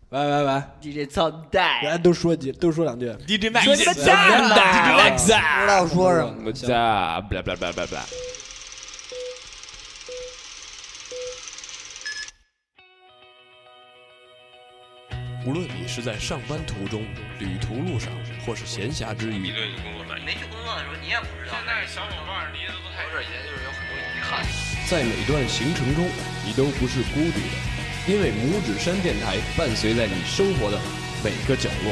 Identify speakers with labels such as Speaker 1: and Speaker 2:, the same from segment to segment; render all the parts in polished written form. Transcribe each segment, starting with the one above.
Speaker 1: 喂
Speaker 2: ，DJ 操蛋，
Speaker 1: 来都说两句。
Speaker 3: DJ Max，
Speaker 2: 说你们蛋吧，
Speaker 4: 不知道说什么。
Speaker 3: blah blah blah blah blah。无论你是在上班途中、旅途路上，或是闲暇之余，
Speaker 5: 你对你工作满意？没去工作的时候你也不知道。现在小伙伴离得都太远，以前就是有很多遗憾。
Speaker 3: 在每段行程中，你都不是孤独的，因为拇指山电台伴随在你生活的每个角落。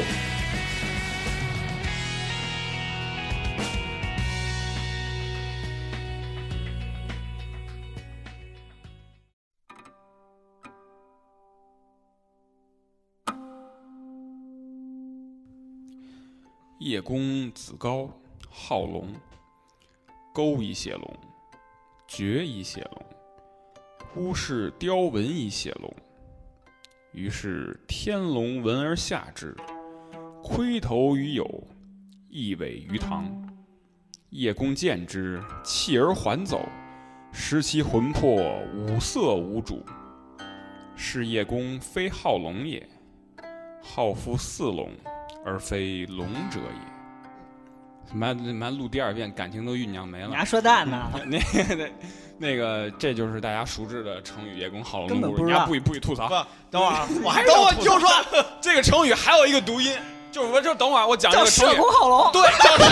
Speaker 3: 叶公子高好龙，钩以血龙，决以血龙，乌氏雕纹以血龙。于是天龙闻而下之，窥头于牖，翼尾于堂。叶公见之，弃而还走，失其魂魄，五色无主。是叶公非好龙也，好夫似龙，而非龙者也。妈录第二遍，感情都酝酿没了。
Speaker 2: 你还说蛋呢？
Speaker 3: 那个，这就是大家熟知的成语“叶公好龙”的故事。
Speaker 2: 根本不知道。
Speaker 3: 不许吐槽。
Speaker 4: 等会儿，我还
Speaker 3: 等我就说这个成语还有一个读音，就是等会儿我讲这个成语。
Speaker 2: 叫社恐好龙。
Speaker 3: 对，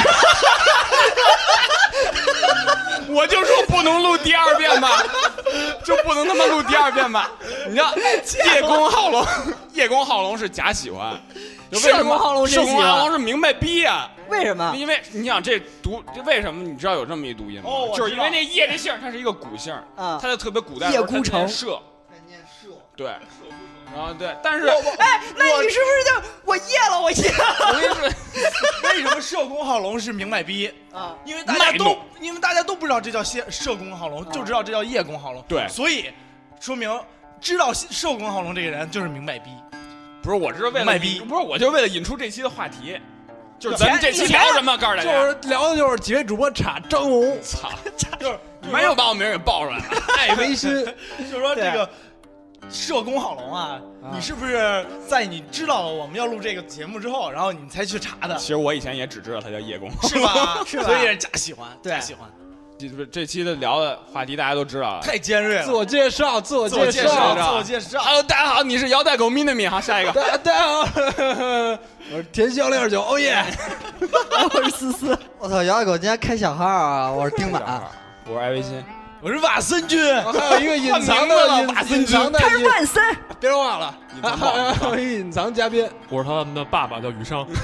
Speaker 3: 我就说不能录第二遍吧，就不能他妈录第二遍吧？你知道叶公好龙，叶公好龙是假喜欢。
Speaker 2: 社恐好龙是
Speaker 3: 社恐好龙是明白逼啊！
Speaker 2: 为什么？
Speaker 3: 因为你想这为什么你知道有这么一读音吗？就是因为那叶这姓它是一个古姓啊，它就特别古代。
Speaker 2: 叶孤城
Speaker 3: 社，
Speaker 4: 念社，
Speaker 3: 对，然后对，但是
Speaker 2: 哎，那你是不是就我叶了？我叶了。
Speaker 4: 为什么社恐好龙是明白逼啊？因为大家都不知道这叫社恐好龙，就知道这叫叶公好龙。
Speaker 3: 对，
Speaker 4: 所以说明知道社恐好龙这个人就是明白逼。
Speaker 3: 不是，我是为了不是，我就为了引出这期的话题，就是咱们这期聊什么？告诉大家，
Speaker 1: 就是聊的就是几位主播插张龙，
Speaker 3: 操，就是你们又把我名给报出来了，
Speaker 1: 艾维新，
Speaker 4: 就是说这个社恐好龙啊，你是不是在你知道了我们要录这个节目之后，然后你才去查的？
Speaker 3: 其实我以前也只知道他叫叶公，
Speaker 4: 是吧？
Speaker 2: 是吧？
Speaker 4: 所以是假喜欢，假喜欢。
Speaker 3: 这期的聊的话题大家都知道了，
Speaker 4: 太尖锐了。
Speaker 1: 自我介绍。
Speaker 3: Hello， 大家好，你是摇带狗 mini 好，下一个。
Speaker 1: 大家好，我是甜香69，哦耶！
Speaker 2: 我是思思。
Speaker 4: 我操，摇带狗今天开小号啊！我是丁满，
Speaker 3: 我是艾维新，
Speaker 4: 我是瓦森君，
Speaker 1: 还有一个隐藏的
Speaker 3: 瓦森君，
Speaker 2: 他是万森，
Speaker 1: 别说话了。还有一个隐藏嘉宾，
Speaker 6: 我是他们的爸爸，叫雨商。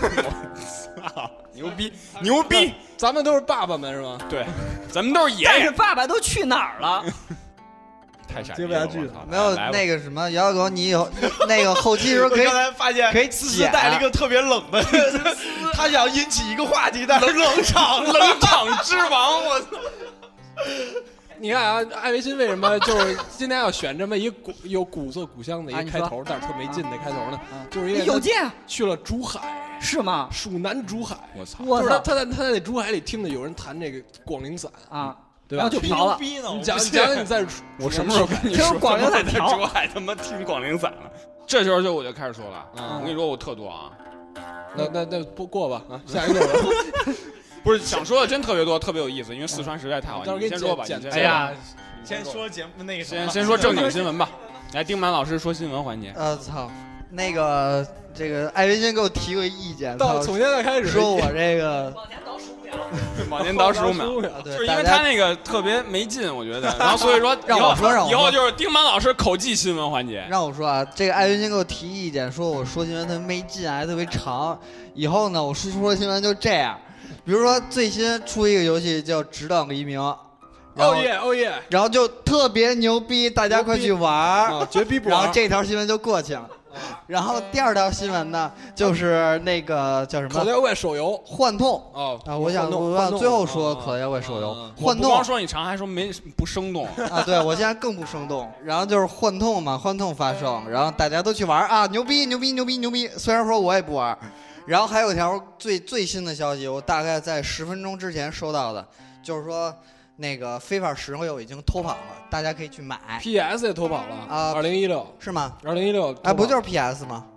Speaker 3: 牛逼！
Speaker 1: 咱们都是爸爸们是吗？
Speaker 3: 对，咱们都是爷爷。
Speaker 2: 但是爸爸都去哪儿了？
Speaker 3: 太傻逼了，
Speaker 1: 接不下去了。
Speaker 4: 没有那个什么摇狗，你有那个后期时候可以。刚才发现可以思思带了一个特别冷的，他想引起一个话题，但是冷场
Speaker 3: 之王，我操！
Speaker 1: 你看啊，艾维新为什么就是今天要选这么一个有古色古香的一个开头，但是特没劲的开头呢？就是因为
Speaker 2: 有劲
Speaker 1: 去了珠海，
Speaker 2: 是吗？
Speaker 1: 蜀南珠海，
Speaker 3: 我操！
Speaker 1: 就是他在那珠海里听着有人弹这个广陵散
Speaker 2: 啊，
Speaker 1: 对吧？
Speaker 2: 然后就跑了。
Speaker 1: 你讲你在，
Speaker 3: 我什么时候跟你说
Speaker 2: 广陵散
Speaker 3: 在珠海他妈听广陵散了？这时候我就开始说了，我跟你说我特多啊，
Speaker 1: 那不过吧啊，下一个吧。
Speaker 3: 不是想说的真特别多，特别有意思，因为四川实在太好。你先说吧，
Speaker 4: 哎呀，先说节目那个
Speaker 3: 先说正经新闻吧。来，丁满老师说新闻环节。
Speaker 7: 操，那个这个艾维新给我提过意见，
Speaker 1: 从现在开始
Speaker 7: 说我这个
Speaker 2: 往前倒15秒，
Speaker 3: 往前倒15秒，就是因为他那个特别没劲，我觉得。然后所以说
Speaker 7: 让我说，
Speaker 3: 以后就是丁满老师口技新闻环节。
Speaker 7: 让我说啊，这个艾维新给我提意见，说我说新闻特别没劲，还特别长。以后呢，我说新闻就这样。比如说最新出一个游戏叫《直到黎明》，
Speaker 1: 哦耶，
Speaker 7: 然后就特别牛逼，大家快去玩，
Speaker 1: 绝逼不玩。
Speaker 7: 然后这条新闻就过去了。然后第二条新闻呢，就是那个叫什么？
Speaker 1: 口袋妖怪手游
Speaker 7: 幻痛
Speaker 1: 哦
Speaker 7: 啊！我想最后说口袋妖怪手游幻痛。
Speaker 3: 不光说你长，还说不生动
Speaker 7: 啊！对我现在更不生动。然后就是幻痛嘛，幻痛发售，然后大家都去玩啊，牛逼！虽然说我也不玩。然后还有一条最新的消息，我大概在10分钟之前收到的，就是说那个非法石油已经偷跑了，大家可以去买。
Speaker 1: PS 也偷跑了啊，2016
Speaker 7: 是吗？
Speaker 1: 2016
Speaker 7: 哎，不就是 PS 吗？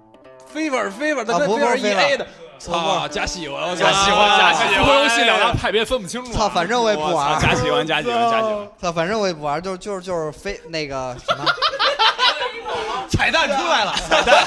Speaker 1: favor，他这边 EA 的。操，加喜欢，我
Speaker 6: 加喜欢，复合游戏两大派别分不清楚。
Speaker 7: 操，反正我也不玩。
Speaker 3: 加喜欢。
Speaker 7: 操，反正我也不玩，就是非那个什么，
Speaker 4: 彩蛋出来了，彩蛋。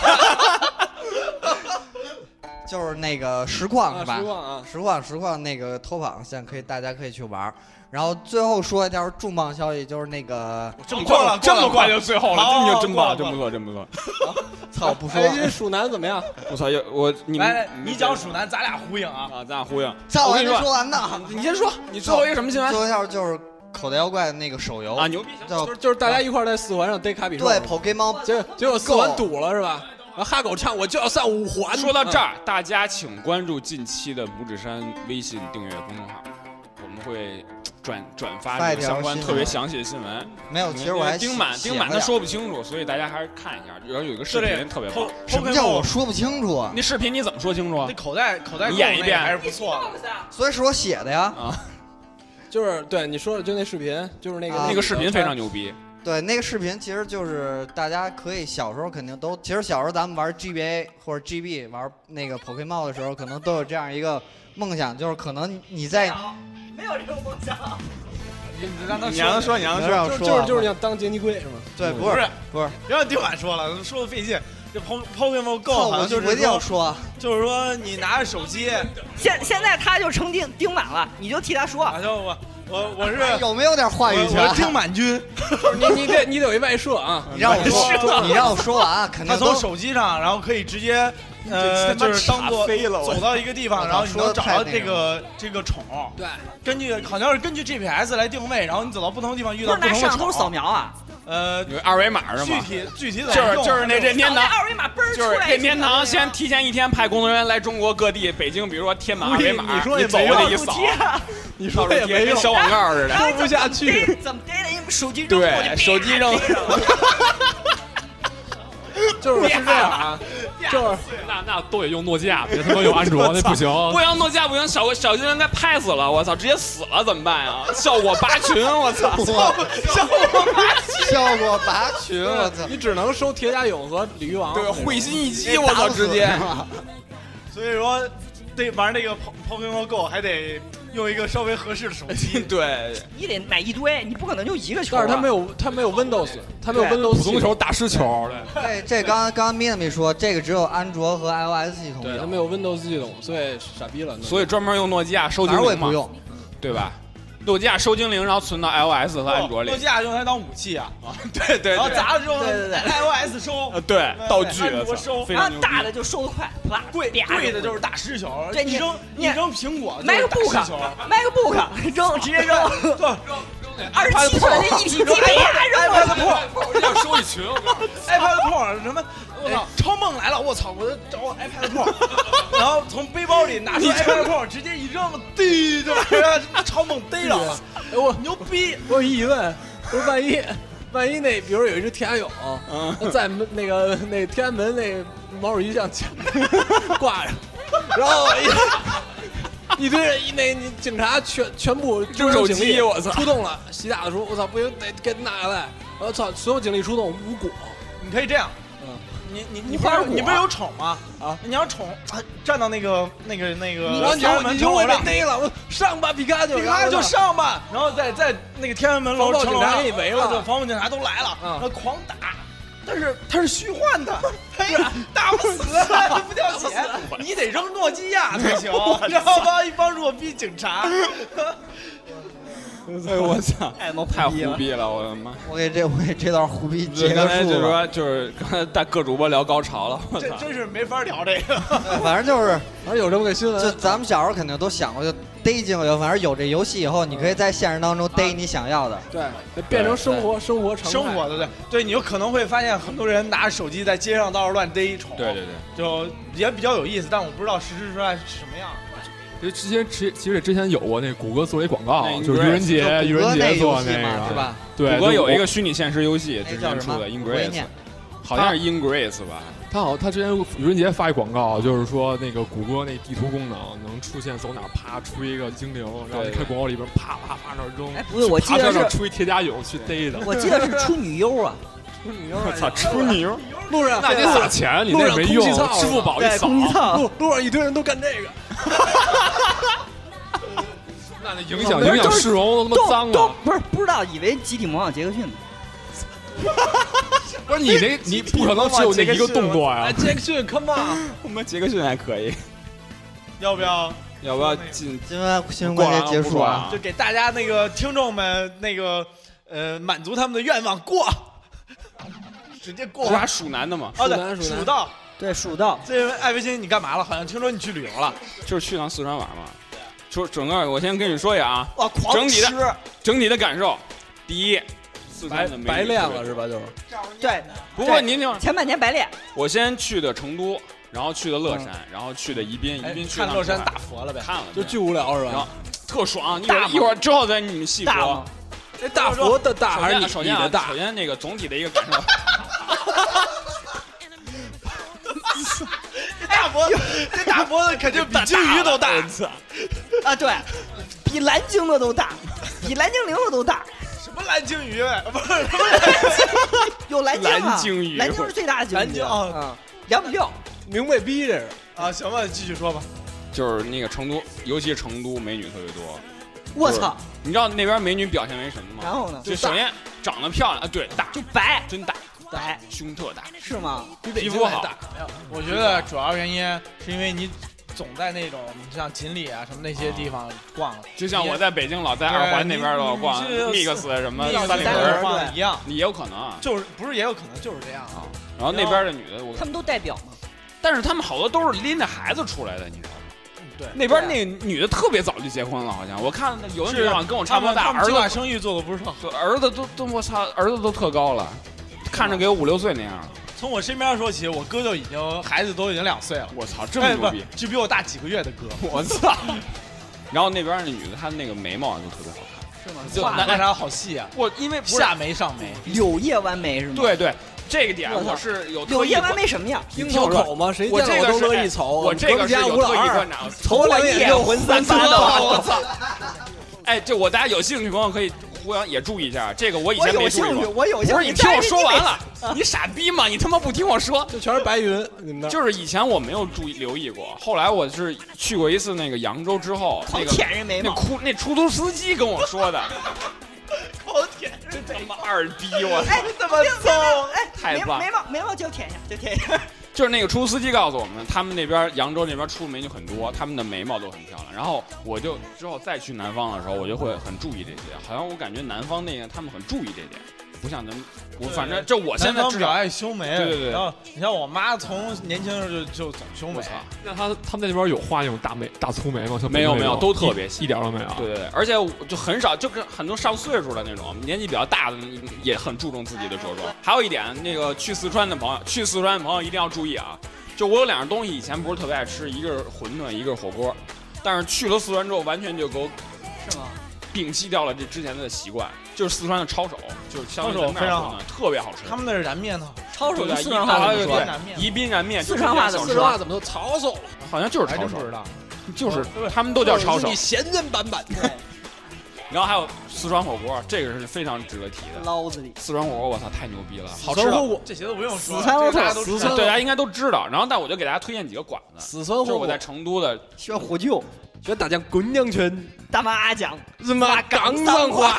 Speaker 7: 就是那个实况是吧？实况那个偷跑，现在大家可以去玩。然后最后说一条重磅消息，就是那个
Speaker 3: 这么快就最后了，真棒，真不错。
Speaker 7: 操，不说。
Speaker 1: 这蜀南怎么样？
Speaker 3: 我操，
Speaker 4: 你讲蜀南，咱俩呼应啊，
Speaker 3: 咱俩呼应。
Speaker 7: 操，我还没说完呢，
Speaker 3: 你先说，你最后一个什么新闻？
Speaker 7: 最后一条就是口袋妖怪的那个手游
Speaker 3: 啊，牛逼！
Speaker 1: 就是大家一块在4环上逮卡比兽，
Speaker 7: 对，Pokemon，
Speaker 1: 结果4环堵了是吧？然后哈狗唱我就要上5环。
Speaker 3: 说到这儿，大家请关注近期的拇指山微信订阅公众号，我们会转发这个相关特别详细的新闻。
Speaker 7: 没有，其实我还
Speaker 3: 丁满他说不清楚，所以大家还是看一下。然后有一个视频特别棒。
Speaker 7: 什么叫我说不清楚啊？
Speaker 3: 那视频你怎么说清楚啊？
Speaker 4: 那口袋
Speaker 3: 你演一遍
Speaker 4: 还是不错的。
Speaker 7: 所以是我写的呀。
Speaker 3: 啊，
Speaker 1: 就是对你说的，就那视频，就是那
Speaker 3: 个视频非常牛逼。
Speaker 7: 对，那个视频其实就是大家可以小时候肯定都，其实小时候咱们玩 GBA 或者 GB 玩那个 Pokemon 的时候，可能都有这样一个梦想，就是可能你在
Speaker 2: 没有这个梦想。
Speaker 4: 你让他说，
Speaker 1: 就是想当杰尼龟是吗？
Speaker 7: 对，不是，
Speaker 4: 别让丁满说了，说的费劲。这 Pokemon Go 好像就是
Speaker 7: 我一定要说，
Speaker 4: 就是说你拿着手机，
Speaker 2: 现在他就成丁满了，你就替他说。
Speaker 4: 我是
Speaker 7: 有没有点话语权？
Speaker 4: 我是丁满军，
Speaker 1: 你得有一外设啊！
Speaker 7: 你让我说完啊，肯定
Speaker 4: 他从手机上，然后可以直接就是当做走到一个地方，然后你能找到这个宠。
Speaker 1: 对，
Speaker 4: 好像是根据 GPS 来定位，然后你走到不同的地方遇到不同的宠。
Speaker 2: 不是拿摄像头扫描啊？
Speaker 3: 有二维码是吗？
Speaker 4: 具体怎么用？
Speaker 3: 就是那任天堂
Speaker 2: 二维码嘣儿出来。
Speaker 3: 就是任天堂先提前1天派工作人员来中国各地，北京比如说贴满二维码，你走过去一扫，
Speaker 1: 你说也没用，
Speaker 3: 小广告似的，
Speaker 1: 说不下去。
Speaker 2: 怎么逮的？你手机
Speaker 3: 对，手机扔。
Speaker 1: 就是这样啊，就是
Speaker 6: 那都得用诺基亚，别他妈用安卓，那不行。
Speaker 3: 不行，诺基亚不行，小金人该拍死了，我操，直接死了怎么办呀？效果拔群，我操，
Speaker 7: 效果拔群，我操，
Speaker 1: 你只能收铁甲勇和鲤鱼王，
Speaker 3: 对，会心一击，我操，直接。
Speaker 4: 所以说，玩那个 Pokemon Go 还得用一个稍微合适的手机。
Speaker 3: 对，
Speaker 2: 你得买一堆，你不可能就一个球。
Speaker 1: 但是它没有 Windows， 它没有 Windows
Speaker 6: 普通球打实球。
Speaker 7: 这刚刚咪咪说，这个只有安卓和 iOS 系统有，
Speaker 1: 对，它没有 Windows 系统，所以傻逼了。
Speaker 3: 所以专门用诺基亚收精灵嘛，
Speaker 7: 我也不用，
Speaker 3: 对吧？诺基亚收精灵，然后存到 iOS 和安卓里。
Speaker 4: 诺基亚用它当武器啊！
Speaker 3: 对，
Speaker 4: 然后砸了之后，对 iOS 收，
Speaker 3: 对，道具
Speaker 4: 收，
Speaker 2: 然后大的就收得快，
Speaker 4: 贵的就是大师球，
Speaker 2: 对，
Speaker 4: 你扔苹果
Speaker 2: ，MacBook 扔，直接扔，27寸那一匹
Speaker 4: iPad Pro
Speaker 6: 要收一群
Speaker 4: ，iPad Pro 什么？我操，超梦来了！我操，我找我 iPad Pro， 然后从背包里拿出 iPad Pro， 直接一扔，对，就把超梦逮着了。
Speaker 1: 我
Speaker 4: 牛逼！
Speaker 1: 我有疑问，不是万一那，比如有一只铁甲蛹，在那天安门那毛主席像挂着，然后一堆人那警察全部
Speaker 3: 丢手机，我操，
Speaker 1: 出动了，习大的说，我操，不行，得给拿下来。我操，所有警力出动，无果。
Speaker 4: 你可以这样。你不是有宠吗？啊，你要宠站到那个天安门城楼上
Speaker 1: 逮了，我上吧，皮卡
Speaker 4: 就上吧，然后在那个天安门楼城楼上
Speaker 1: 给你围了，
Speaker 4: 防暴警察都来了，然后狂打，但是它是虚幻的，打不死，不掉血，你得扔诺基亚才行，然后帮一帮弱逼警察。
Speaker 3: 哎我操！太胡逼了，我的妈！
Speaker 7: 我给这段胡逼结
Speaker 3: 个束。刚才就是刚才带各主播聊高潮了，我操！
Speaker 4: 真是没法聊这个。
Speaker 7: 反正
Speaker 1: 有这么个新闻，
Speaker 7: 就咱们小时候肯定都想过，就逮精灵。反正有这游戏以后，你可以在现实当中逮你想要的。
Speaker 1: 对，变成生活常态。
Speaker 4: 对，你有可能会发现很多人拿着手机在街上到处乱逮宠。
Speaker 3: 对，
Speaker 4: 就也比较有意思，但我不知道实施出来是什么样。
Speaker 6: 其实之前有过那谷歌做一广告，就是愚人节做那个
Speaker 7: 是吧？
Speaker 6: 对，
Speaker 3: 谷歌有一个虚拟现实游戏，之前出的 Ingress， 好像是 Ingress 吧？
Speaker 6: 他之前愚人节发一广告，就是说那个谷歌那地图功能能出现走哪啪出一个精灵，然后你看广告里边啪那扔。
Speaker 2: 哎，不是，我记得是
Speaker 6: 出一铁甲蛹去逮的。
Speaker 2: 我记得是出女优啊。
Speaker 3: 我操，出牛！
Speaker 1: 路上
Speaker 6: 那得撒钱，你那没用，支付宝一扫，
Speaker 1: 路上一堆人都干这个。
Speaker 6: 那影响市容，他妈脏啊！
Speaker 2: 不知道，以为集体模仿杰克逊呢。
Speaker 6: 不是你不可能只有那一个动作呀！
Speaker 1: 杰克逊 ，come on，
Speaker 3: 我们杰克逊还可以，
Speaker 4: 要不要
Speaker 3: 进？
Speaker 7: 今晚新闻关节结束啊！
Speaker 4: 就给大家那个听众们那个满足他们的愿望过，直接过。
Speaker 3: 啥属男的嘛？
Speaker 4: 哦对，蜀道。
Speaker 2: 对，蜀道。
Speaker 4: 这位艾维新，你干嘛了？好像听说你去旅游了。
Speaker 3: 就是去趟四川玩嘛。说整个，我先跟你说一下啊，
Speaker 2: 哇，狂吃！
Speaker 3: 整体的感受，第一，四川的
Speaker 1: 白练了是吧？就是。
Speaker 2: 对。
Speaker 3: 不过您听，
Speaker 2: 前半年白练。
Speaker 3: 我先去的成都，然后去的乐山，然后去的宜宾，宜宾去
Speaker 4: 看乐山大佛了呗？
Speaker 3: 看了，
Speaker 1: 就巨无聊是吧？
Speaker 3: 然后特爽，一会儿之后再你们细说。
Speaker 1: 这大佛的大还是你的大？
Speaker 3: 首先那个总体的一个感受。
Speaker 4: 这大脖子肯定比鲸鱼都大
Speaker 2: 啊！对，比蓝鲸的都大，比蓝精灵的都大。
Speaker 4: 什么蓝鲸鱼？不是什么
Speaker 2: 有蓝鲸啊！
Speaker 3: 蓝鲸鱼，
Speaker 2: 蓝鲸是最大的鲸鱼。
Speaker 4: 蓝鲸啊
Speaker 2: ，2.6，
Speaker 1: 明白逼这是
Speaker 4: 啊！行吧，继续说吧。
Speaker 3: 就是那个成都，尤其是成都美女特别多。
Speaker 2: 我操！
Speaker 3: 你知道那边美女表现为什么吗？
Speaker 2: 然后呢？
Speaker 3: 就首先长得漂亮啊，对，大，
Speaker 2: 就白，
Speaker 3: 真大。
Speaker 2: 白，
Speaker 3: 胸特大，
Speaker 2: 是吗？
Speaker 3: 皮肤好。
Speaker 4: 我觉得主要原因是因为你总在那种像锦里啊什么那些地方逛，
Speaker 3: 就像我在北京老在2环那边老逛 Mix 什么三里屯
Speaker 4: 一样，
Speaker 3: 也有可能啊，
Speaker 4: 就是不是也有可能就是这样
Speaker 3: 啊。然后那边的女的，
Speaker 2: 他们都代表嘛，
Speaker 3: 但是他们好多都是拎着孩子出来的，你知道吗？
Speaker 4: 对，
Speaker 3: 那边那女的特别早就结婚了，好像我看有的女的好像跟我差不多大，儿子
Speaker 4: 生育做的不是特好，
Speaker 3: 儿子都我操，儿子都特高了。看着给我5、6岁那样。
Speaker 4: 从我身边说起，我哥就已经孩子都已经2岁了。
Speaker 3: 我操，这么牛逼！
Speaker 4: 就比我大几个月的哥。
Speaker 3: 我操！然后那边那女的，她那个眉毛就特别好看，
Speaker 2: 是吗？
Speaker 3: 就
Speaker 4: 为啥好细啊？
Speaker 3: 我因为
Speaker 4: 下眉上眉，
Speaker 2: 柳叶弯眉是吗？
Speaker 3: 对对，这个点我是有。
Speaker 2: 柳叶弯眉什么样？
Speaker 1: 樱桃口吗？谁见我都乐意瞅。
Speaker 3: 我这个是有特意观察，
Speaker 2: 瞅我一眼浑3发的，
Speaker 3: 我操！哎，这我大家有兴趣朋友可以。我想也注意一下，这个我以前没注意过。
Speaker 2: 我有兴趣，
Speaker 3: 不是你听我说完了，你傻逼吗？你他妈不听我说，
Speaker 1: 这全是白云。你们那
Speaker 3: 就是以前我没有留意过，后来我是去过一次那个扬州之后，那个
Speaker 2: 舔人眉毛，
Speaker 3: 那出租司机跟我说的。
Speaker 4: 狂舔，
Speaker 3: 这他妈二逼！我操，
Speaker 4: 这么脏！
Speaker 2: 哎，
Speaker 3: 太棒！
Speaker 2: 眉毛就舔一下，就舔一下。
Speaker 3: 就是那个出租司机告诉我们，他们那边扬州那边出美女很多，他们的眉毛都很漂亮。然后我就之后再去南方的时候，我就会很注意这些。好像我感觉南方那个他们很注意这点，不像咱们，我反正这我现在
Speaker 4: 比较爱修眉。
Speaker 3: 对对对。
Speaker 4: 然后你像我妈从年轻的时候就总修眉。
Speaker 6: 那他们那边有画那种大粗眉吗？
Speaker 3: 没有，都特别细，
Speaker 6: 一点都没有。
Speaker 3: 对对，而且就很少，就跟很多上岁数的那种年纪比较大的也很注重自己的着装。还有一点，那个去四川的朋友一定要注意啊！就我有2样东西以前不是特别爱吃，一个是馄饨，一个是火锅，但是去了四川之后，完全就给我
Speaker 2: 是吗？
Speaker 3: 摒弃掉了这之前的习惯，就是四川的抄手，就是
Speaker 4: 抄手非常好，
Speaker 3: 特别好吃。
Speaker 4: 他们那是燃面呢，
Speaker 2: 抄手
Speaker 3: 的
Speaker 2: 四川话怎么说？
Speaker 3: 宜宾燃面，
Speaker 2: 四川话
Speaker 1: 怎么都抄手？
Speaker 3: 好像就是抄手，
Speaker 4: 不知道，
Speaker 3: 就是他们都叫抄手。
Speaker 1: 你闲人版本。
Speaker 3: 然后还有四川火锅，这个是非常值得提的。
Speaker 2: 捞子里，
Speaker 3: 四川火锅，我操，太牛逼了，
Speaker 1: 好吃火锅，
Speaker 4: 这些都不用说，
Speaker 2: 四川火锅，
Speaker 3: 大家应该都知道。然后，但我就给大家推荐几个馆子。
Speaker 1: 四川火锅，
Speaker 3: 就是我在成都的
Speaker 2: 选火酒，
Speaker 1: 选大酱滚两圈，
Speaker 2: 大麻酱，
Speaker 1: 日麻杠上花。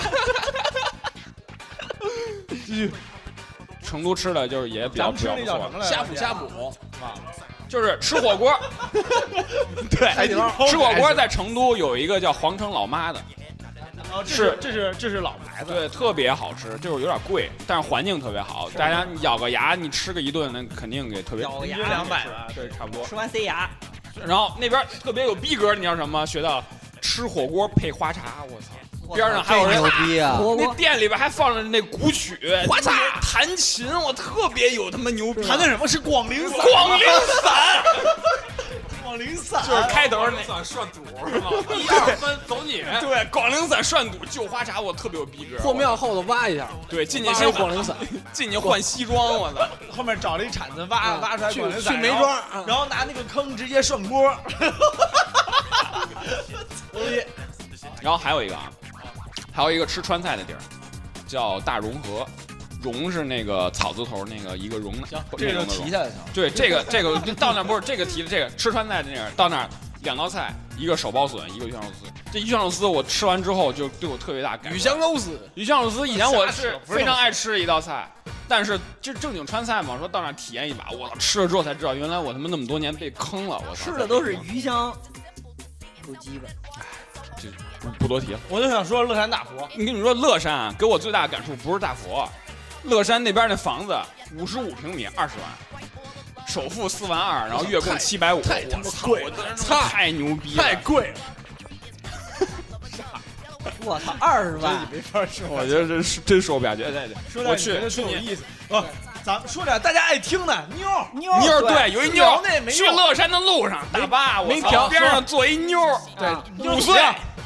Speaker 3: 成都吃的就是也比较不错，
Speaker 1: 呷哺，
Speaker 3: 就是吃火锅。对，吃火锅在成都有一个叫皇城老妈的。
Speaker 4: 这是老牌子，
Speaker 3: 对，特别好吃，就是有点贵，但是环境特别好。大家咬个牙，你吃个一顿，那肯定给特别。
Speaker 2: 咬个牙
Speaker 4: 200吧，
Speaker 3: 对，差不多。
Speaker 2: 吃完塞牙。
Speaker 3: 然后那边特别有逼格，你知道什么？学到吃火锅配花茶，我操！边上还有人
Speaker 7: 牛逼啊！
Speaker 3: 那店里边还放着那古曲，花茶弹琴，我特别有他妈牛逼。
Speaker 4: 弹的什么是广陵散？
Speaker 3: 广陵散。
Speaker 4: 广陵散
Speaker 3: 就是开头那
Speaker 6: 算涮肚是吗
Speaker 3: ？1、2分走你。对，广陵散涮肚就花茶，我特别有逼格。
Speaker 1: 破庙后头挖一下，
Speaker 3: 对，进去先
Speaker 1: 广陵散，
Speaker 3: 进去换西装，我操！
Speaker 4: 后面找了一铲子挖出来广陵散，
Speaker 1: 去梅庄，
Speaker 4: 然后拿那个坑直接涮锅。
Speaker 3: 然后还有一个吃川菜的地儿，叫大融合。 蓉是那个草字头那个一个蓉，
Speaker 4: 行，这个提下来行。
Speaker 3: 对，这个到那不是这个提的这个吃川菜那个到那儿2道菜，一个手包笋，一个鱼香肉丝。这鱼香肉丝我吃完之后就对我特别大改观。
Speaker 1: 鱼香肉丝
Speaker 3: 以前我是非常爱吃的一道菜，但是这正经川菜嘛，说到那儿体验一把，我操，吃了之后才知道，原来我他妈那么多年被坑了，我操，
Speaker 2: 吃的都是鱼香有鸡巴。
Speaker 3: 这不多提了。
Speaker 4: 我就想说乐山大佛，
Speaker 3: 你跟你说乐山啊，给我最大的感触不是大佛，乐山那边那房子55平米20万。首付4万2，然后月供750，
Speaker 1: 太他妈贵了，
Speaker 3: 太牛逼了，
Speaker 1: 太贵了。
Speaker 2: 我操，20万，
Speaker 4: 你没法说。
Speaker 3: 我觉得真说不下去。
Speaker 4: 说点觉得最有意思。咱们说点大家爱听的妞，
Speaker 3: 对，有一妞
Speaker 4: 那没
Speaker 3: 去乐山的路上，大巴
Speaker 1: 没调
Speaker 3: 边上坐一妞，
Speaker 4: 对
Speaker 3: ，5岁，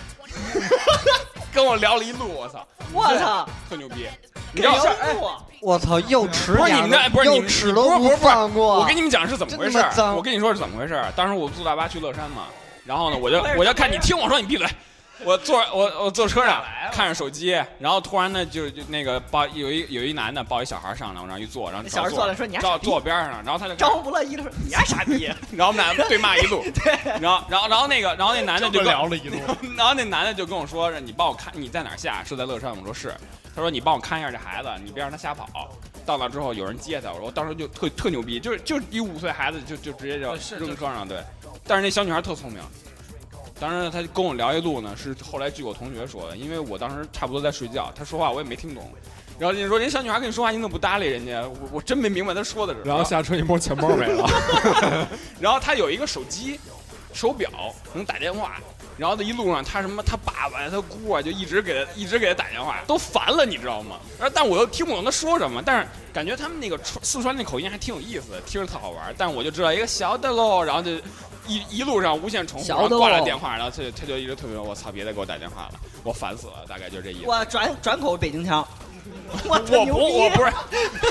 Speaker 3: 跟我聊了一路，我操，特牛逼。你知道？
Speaker 7: 我操，又吃
Speaker 3: 不是你们这，不是你们
Speaker 7: 吃都不放过。
Speaker 3: 我跟你们讲是怎么回事。我跟你说是怎么回事。当时我坐大巴去乐山嘛，然后呢，我就看你听我说，你闭嘴。我坐车上看着手机，然后突然呢就那个有一男的抱一小孩上来，我让一坐，然后
Speaker 2: 小孩坐了说你
Speaker 3: 坐我边上，然后他就
Speaker 2: 张不乐意了说你丫傻逼，
Speaker 3: 然后我们俩对骂一路，
Speaker 2: 对，
Speaker 3: 然后那男的就
Speaker 4: 聊了一路，
Speaker 3: 然后那男的就跟我说你帮我看你在哪儿下，是在乐山，我说是，他说你帮我看一下这孩子，你别让他瞎跑。到那之后有人接他，我当时就特牛逼，就是一5岁孩子就直接就扔车上，对，但是那小女孩特聪明。当时他跟我聊一路呢，是后来据我同学说的，因为我当时差不多在睡觉，他说话我也没听懂。然后人家说人小女孩跟你说话，你怎么不搭理人家？我真没明白他说的是什么。
Speaker 6: 然后下车一摸钱包没了，
Speaker 3: 然后他有一个手机、手表能打电话，然后在一路上他爸爸他姑啊就一直给他打电话，都烦了，你知道吗？但我又听不懂他说什么，但是感觉他们那个四川那口音还挺有意思的，听着特好玩。但我就知道一个小的喽，然后就。一路上无限重复，然后挂了电话，然后他就一直特别说：“我操，别再给我打电话了，我烦死了。”大概就这意思。
Speaker 2: 我转口北京腔，
Speaker 3: 我不是。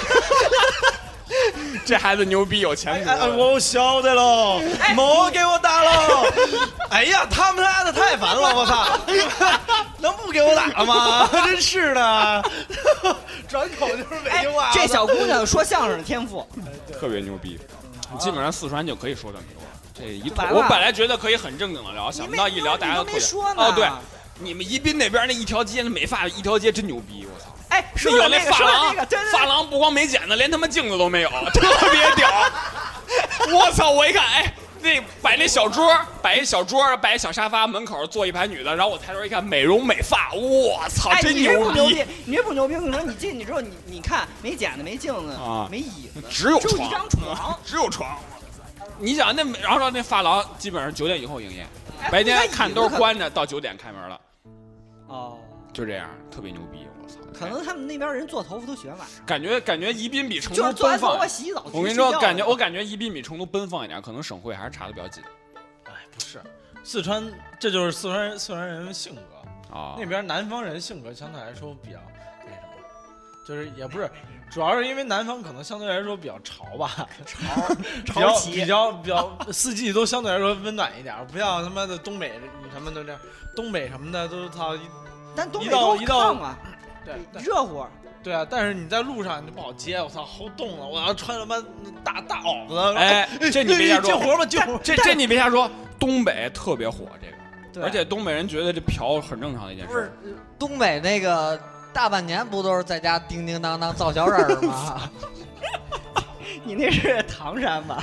Speaker 3: 这孩子牛逼，有前途。
Speaker 4: 我晓得喽，莫给我打了。哎呀，他们俩的太烦了，我操！能不给我打了吗？真是的，转口就是北京话。
Speaker 2: 这小姑娘说相声的天赋，
Speaker 3: 特别牛逼。基本上四川就可以说这么多。我本来觉得可以很正经的聊，想不到一聊大家都
Speaker 2: 没说呢。
Speaker 3: 哦，对，你们宜宾那边那一条街，那美发一条街真牛逼，我操！
Speaker 2: 哎，
Speaker 3: 有那发廊不光没剪子，连他妈镜子都没有，特别屌。我操！我一看，哎，那摆一小桌，摆一小沙发，门口坐一排女的，然后我抬头一看，美容美发，我操，真牛逼！
Speaker 2: 你这不牛逼？我跟你说，你进去之后，你看没剪子，没镜子，没椅子，
Speaker 3: 只有
Speaker 2: 一张床，
Speaker 3: 只有床。你想然后那发廊基本上9点以后营业，白天看都是关着，到9点开门了。
Speaker 2: 哦，
Speaker 3: 就这样，特别牛逼，我操！
Speaker 2: 可能他们那边人做头发都喜欢晚上。
Speaker 3: 感觉宜宾比成都
Speaker 2: 就是做完头发洗澡。
Speaker 3: 我跟你说，我感觉宜宾比成都奔放一点，可能省会还是查的比较紧。
Speaker 4: 哎，不是，四川这就是四川人性格啊。那边南方人性格相对来说比较那什么，就是也不是。主要是因为南方可能相对来说比较潮吧，比较四季都相对来说温暖一点，不像他妈的东北什么都这样，东北什么的都操。
Speaker 2: 但东北都烫啊，
Speaker 4: 对，
Speaker 2: 热乎。
Speaker 4: 对啊，但是你在路上你不好接，我操，齁冻了，我要穿他妈大袄子。
Speaker 3: 哎，这你别瞎说，
Speaker 4: 接活吧，接活。
Speaker 3: 这你别瞎说，东北特别火这个，而且东北人觉得这嫖很正常的一件事。
Speaker 7: 不是，东北那个。大半年不都是在家叮叮当当造小人儿吗？
Speaker 2: 你那是唐山吧？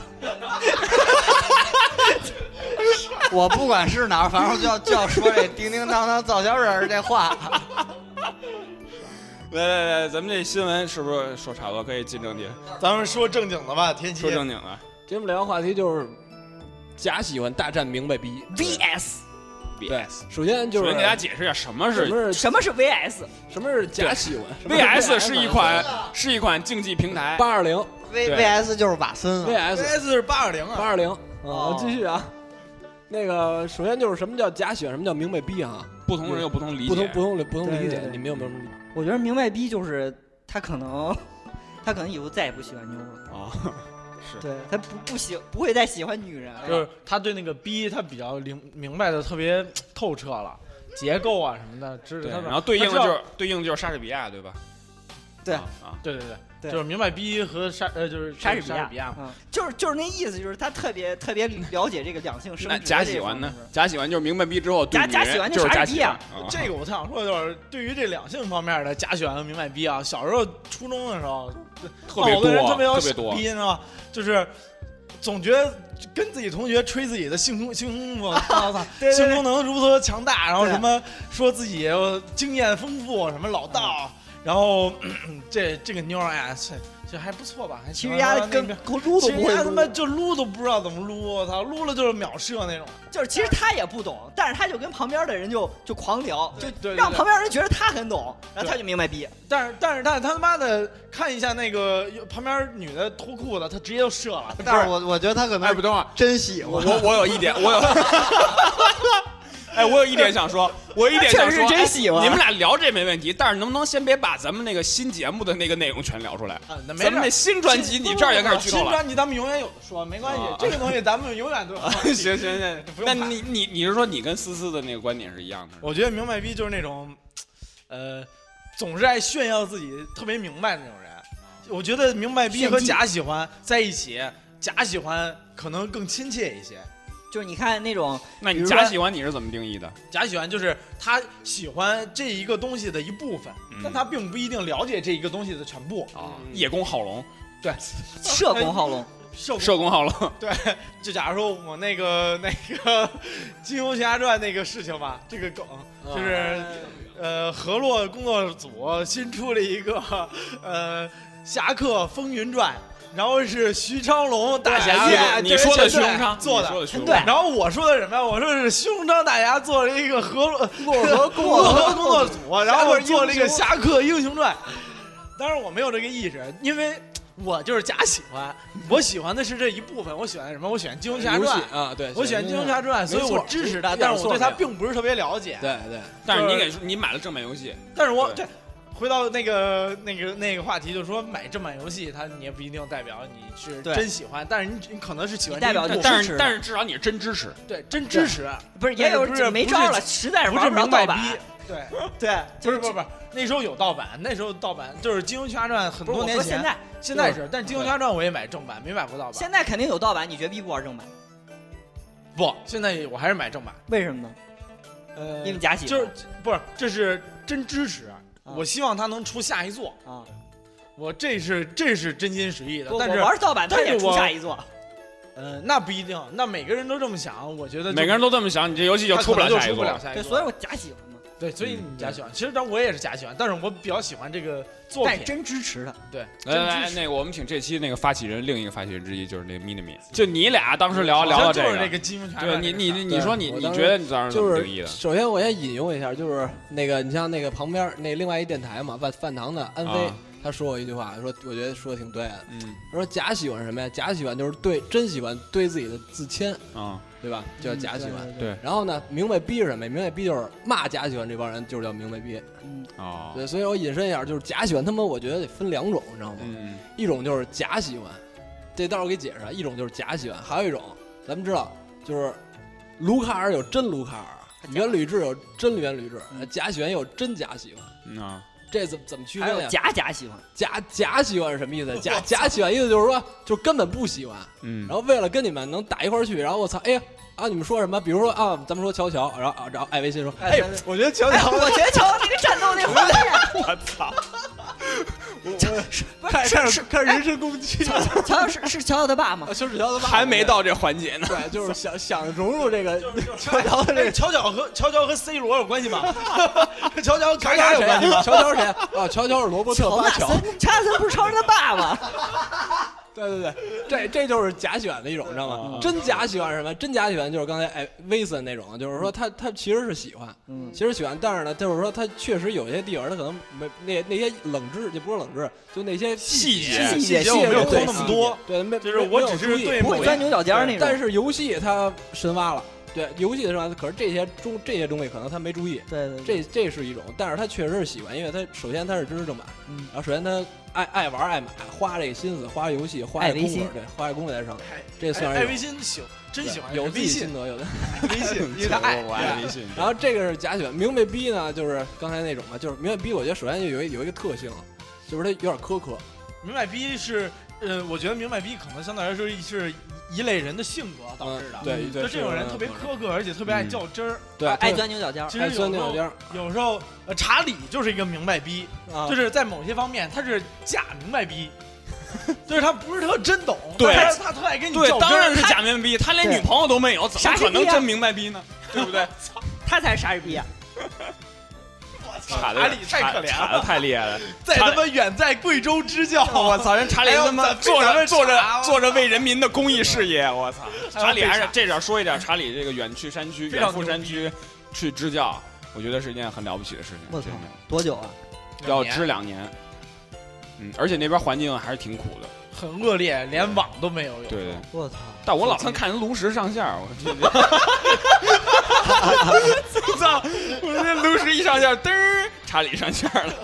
Speaker 7: 我不管是哪儿，反正就要说这叮叮当当造小人儿这话。
Speaker 3: 来，咱们这新闻是不是说差不多可以进正题？
Speaker 4: 咱们说正经的吧，天气。
Speaker 3: 说正经的，
Speaker 1: 今天聊的话题就是假喜欢大战明白逼
Speaker 2: VS。
Speaker 1: 对，首先给
Speaker 3: 大家解释一下什么是
Speaker 2: VS，
Speaker 1: 什么是假喜欢
Speaker 3: ？VS 是一款竞技平台
Speaker 1: ，820。
Speaker 7: VS 就是瓦森
Speaker 1: ，VS
Speaker 4: 是820啊。
Speaker 1: 820，继续啊。那个首先就是什么叫假喜欢，什么叫明白逼啊？
Speaker 3: 不同人有不同理解，
Speaker 1: 不同理解。你们有没有？
Speaker 2: 我觉得明白逼就是他可能以后再也不喜欢妞了啊。对他不会再喜欢女人，
Speaker 4: 就是他对那个逼他比较明白的特别透彻了，结构啊什么的知道。
Speaker 3: 然后对应的就是莎士比亚，对吧？
Speaker 2: 对
Speaker 4: 对，就是明白逼和就是
Speaker 2: 莎士比
Speaker 4: 亚，
Speaker 2: 就是那意思，就是他特别了解这个两性生殖。
Speaker 3: 那假喜欢呢？假喜欢就是明白逼之后对
Speaker 2: 假喜欢
Speaker 3: 就是假喜欢。
Speaker 4: 这个我特想说的就是，对于这两性方面的假喜欢和明白逼啊，小时候初中的时候，
Speaker 3: 特别多，
Speaker 4: 特别多逼是吧？就是总觉得跟自己同学吹自己的性功夫，性功能如何强大，然后什么说自己经验丰富，什么老道。然后这个妞儿呀，这还不错吧？
Speaker 2: 其实丫跟撸都不会，
Speaker 4: 他妈就撸都不知道怎么撸，我操，撸了就是秒射那种。
Speaker 2: 就是其实他也不懂，但是他就跟旁边的人就狂聊，就让旁边人觉得他很懂，然后他就明白逼。
Speaker 4: 但是他妈的看一下那个旁边女的脱裤子，他直接就射了。
Speaker 7: 但是我觉得他可能
Speaker 3: 不等会儿
Speaker 7: 真喜欢。
Speaker 3: 我有一点，我有一点想说，
Speaker 2: 确实真喜欢。
Speaker 3: 你们俩聊这没问题，但是能不能先别把咱们那个新节目的那个内容全聊出来？咱们那新专辑你这儿也开始剧透了。
Speaker 4: 新专辑咱们永远有的说，没关系，这个东西咱们永远都有。
Speaker 3: 行，那你是说你跟思思的那个观点是一样的？
Speaker 4: 我觉得明白逼就是那种，总是爱炫耀自己特别明白的那种人。我觉得明白逼和假喜欢在一起，假喜欢可能更亲切一些。
Speaker 2: 就是你看那种，
Speaker 3: 那你假喜欢你是怎么定义的？
Speaker 4: 假喜欢就是他喜欢这一个东西的一部分，但他并不一定了解这一个东西的全部
Speaker 3: 啊。叶公好龙，
Speaker 4: 对，
Speaker 2: 射公好龙，
Speaker 3: 射公好龙，
Speaker 4: 对。就假如说我那个《金庸群侠传》那个事情吧，这个梗就是河洛工作组新出了一个《侠客风云传》。然后是徐昌龙大侠，
Speaker 3: 你说的徐荣昌
Speaker 4: 做的，
Speaker 2: 对。
Speaker 4: 然后我说的什么呀？我说是徐荣昌大侠做了一个河工作组，然后做了一个侠客英雄传。当然我没有这个意识，因为我就是假喜欢，我喜欢的是这一部分。我喜欢什么？我喜欢《金庸群侠传》
Speaker 1: 啊，对，
Speaker 4: 我喜欢《金庸群侠传》，所以我支持他，但是我对他并不是特别了解。
Speaker 1: 对。
Speaker 3: 但是你买了正版游戏，
Speaker 4: 但是我对。回到那个话题，就是说买正版游戏，你也不一定代表你是真喜欢，但是你可能是喜欢
Speaker 2: 代表
Speaker 3: 但是至少你是真支持，
Speaker 4: 对，真支持，
Speaker 2: 不是也有没招了，实在是
Speaker 4: 不是
Speaker 2: 明白逼，
Speaker 4: 对，不是，那时候有盗版，就是《金庸群侠传》很多年前，现在是，但是《金庸群侠传》我也买正版，没买过盗版。
Speaker 2: 现在肯定有盗版，你绝逼不玩正版？
Speaker 4: 不，现在我还是买正版，
Speaker 2: 为什么呢？因为假喜欢，
Speaker 4: 就是不是，这是真支持。我希望他能出下一座
Speaker 2: 啊！
Speaker 4: 这是真心实意的。但是
Speaker 2: 我玩盗版，他也出下一座。
Speaker 4: 那不一定。那每个人都这么想，我觉得
Speaker 3: 每个人都这么想，你这游戏就出不了下一座。
Speaker 2: 对，所以我假喜欢嘛。
Speaker 4: 对，所以你假喜欢。其实我也是假喜欢，但是我比较喜欢这个作品，
Speaker 2: 但真支持的。
Speaker 4: 对，
Speaker 3: 来，那个我们请这期那个另一个发起人之一就是那个 Mini， 就你俩当时聊到这个，
Speaker 4: 就是这个金庸群侠。
Speaker 3: 对，你说你觉得你当时怎么定义的？
Speaker 1: 首先我先引用一下，就是那个你像那个旁边那另外一电台嘛，饭堂的安飞，他说过一句话，说我觉得说的挺对的。他说假喜欢什么呀？假喜欢就是真喜欢对自己的自谦啊。对吧？叫假喜欢。
Speaker 3: 对。
Speaker 1: 然后呢，明白逼是什么？明白逼就是骂假喜欢这帮人，就是叫明白逼。对，所以我引申一下，就是假喜欢他们，我觉得得分两种，你知道吗？一种就是假喜欢，这待会儿我给解释啊。一种就是假喜欢，还有一种咱们知道，就是卢卡尔有真卢卡尔，原吕雉有真原吕雉，假喜欢有真假喜欢。这怎么区分呀？
Speaker 2: 假喜欢，
Speaker 1: 假喜欢是什么意思？假喜欢意思就是说，就根本不喜欢。然后为了跟你们能打一块儿去，然后我操，哎呀。你们说什么？比如说咱们说乔，然后艾维新说，我觉得乔，
Speaker 2: 我觉得乔这个战斗那画面，
Speaker 3: 我操！
Speaker 1: 开始人身攻击。
Speaker 2: 乔是乔他爸吗？
Speaker 1: 就是乔他爸，
Speaker 3: 还没到这环节呢。
Speaker 1: 对，就是想融入这个乔的这个
Speaker 4: 乔和 C 罗有关系吗？乔有关系吗？
Speaker 1: 乔是谁啊？乔是罗伯特巴乔。
Speaker 2: 查森不是超人的爸爸？
Speaker 1: 对，这就是假喜欢的一种，你知道吗？真假喜欢是什么？真假喜欢就是刚才威森那种，就是说他其实是喜欢，其实喜欢，但是呢，就是说他确实有些地方他可能没那些冷知，就不是冷知，就那些细节
Speaker 4: 我没有抠那么多，
Speaker 1: 对，
Speaker 4: 就是我只是对
Speaker 2: 不会钻牛角尖那种。
Speaker 1: 但是游戏它深挖了。对，游戏的时候，可是这些东西可能他没注意。
Speaker 2: 对，
Speaker 1: 这是一种，但是他确实是喜欢，因为他首先他是支持正版，然后首先他爱玩爱买，花这个心思，花游戏，花这功夫，对，花这功夫在上，这算是
Speaker 4: 爱微信真喜欢，
Speaker 1: 有自己心得，有的
Speaker 4: 微信，因为他爱
Speaker 3: 微信。
Speaker 1: 然后这个是假喜欢，明白逼呢，就是刚才那种嘛，就是明白逼，我觉得首先就有一个特性， 就是他有点苛刻。
Speaker 4: 明白逼是，我觉得明白逼可能相对来说是一类人的性格导致的。
Speaker 1: 对，
Speaker 4: 就这种人特别苛刻，而且特别爱较真儿，
Speaker 1: 对，
Speaker 2: 爱钻牛角尖。
Speaker 4: 其实有时候查理就是一个明白逼，就是在某些方面他是假明白逼。就是他不是特真懂，
Speaker 3: 对，
Speaker 4: 他特爱跟你较真儿。
Speaker 3: 对，当然是假明白逼，他连女朋友都没有，怎么可能真明白逼呢？对不对？
Speaker 2: 他才是傻逼啊！
Speaker 3: 查
Speaker 4: 理太可怜了，
Speaker 3: 查的太厉害了，
Speaker 4: 在他妈远在贵州支教，
Speaker 3: 我操！人查理他妈做着为人民的公益事业，我操！查理还是这点说一点，查理这个远赴山区去支教，我觉得是一件很了不起的事情。
Speaker 2: 我操，多久啊？
Speaker 3: 要支2年。而且那边环境还是挺苦的，
Speaker 4: 很恶劣，连网都没有。
Speaker 3: 对，
Speaker 2: 我操！
Speaker 3: 但我老看人炉石上线，我操！我这炉石一上线，嘚儿，查理上线了。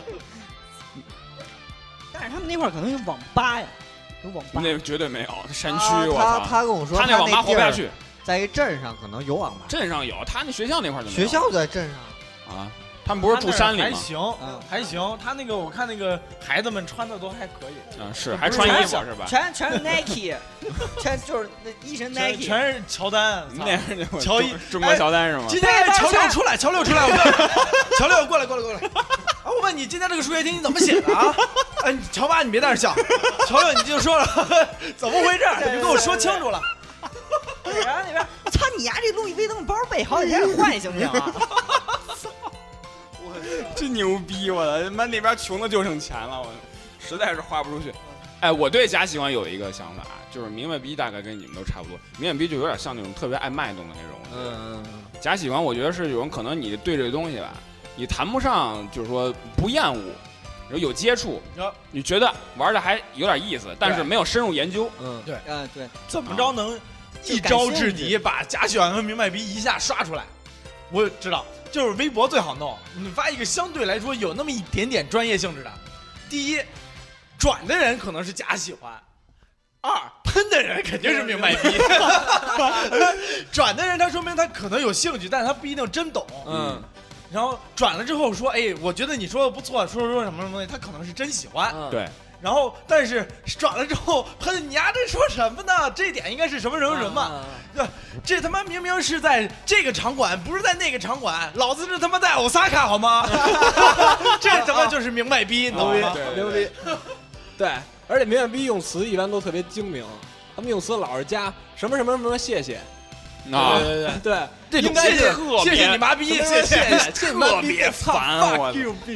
Speaker 2: 但是他们那块可能有网吧呀，有网吧。
Speaker 3: 那绝对没有，山区。我操！
Speaker 7: 他跟我说，
Speaker 3: 他那网吧活不下去。
Speaker 7: 在一镇上可能有网吧，
Speaker 3: 镇上有，他那学校那块就没有。
Speaker 7: 学校就在镇上
Speaker 3: 啊。他们不是住山里吗？
Speaker 4: 还行，他那个我看那个孩子们穿的都还可以
Speaker 3: 是还穿衣服是吧？
Speaker 2: 全是 Nike， 全就是那一身 Nike，
Speaker 4: 全是乔丹，
Speaker 3: 那是
Speaker 4: 乔伊，
Speaker 3: 中国乔丹是吗？
Speaker 4: 今天乔六出来，乔六，乔六过来，我问你今天这个数学题你怎么写的啊？乔八你别在那笑，乔六你就说了怎么回事，你就跟我说清楚了。
Speaker 2: 然后那边，操你丫这路易威登包背好几天换行不行啊？
Speaker 3: 真牛逼！我的妈，那边穷的就剩钱了，我实在是花不出去。哎，我对假喜欢有一个想法，就是明白逼大概跟你们都差不多，明白逼就有点像那种特别爱卖弄的那种。假喜欢我觉得是有种可能你对这个东西吧，你谈不上就是说不厌恶，有接触，你觉得玩的还有点意思，但是没有深入研究。
Speaker 4: 对，
Speaker 2: 对，
Speaker 4: 怎么着能一招制敌，把假喜欢和明白逼一下刷出来？我知道。就是微博最好弄，你发一个相对来说有那么一点点专业性质的。第一，转的人可能是假喜欢；二，喷的人肯定是明白逼。转的人他说明他可能有兴趣，但是他不一定真懂。然后转了之后说，哎，我觉得你说的不错，说什么什么，他可能是真喜欢。
Speaker 3: 对。
Speaker 4: 然后，但是转了之后，喷你丫这说什么呢？这点应该是什么什么？这他妈明明是在这个场馆，不是在那个场馆，老子是他妈在欧萨卡好吗？这他妈就是明白逼，
Speaker 1: 牛逼，牛逼。对，而且明白逼用词一般都特别精明，他们用词老是加什么什么什么谢谢。对，
Speaker 3: 这
Speaker 4: 应该是谢谢你妈逼，谢谢
Speaker 3: 特别烦我。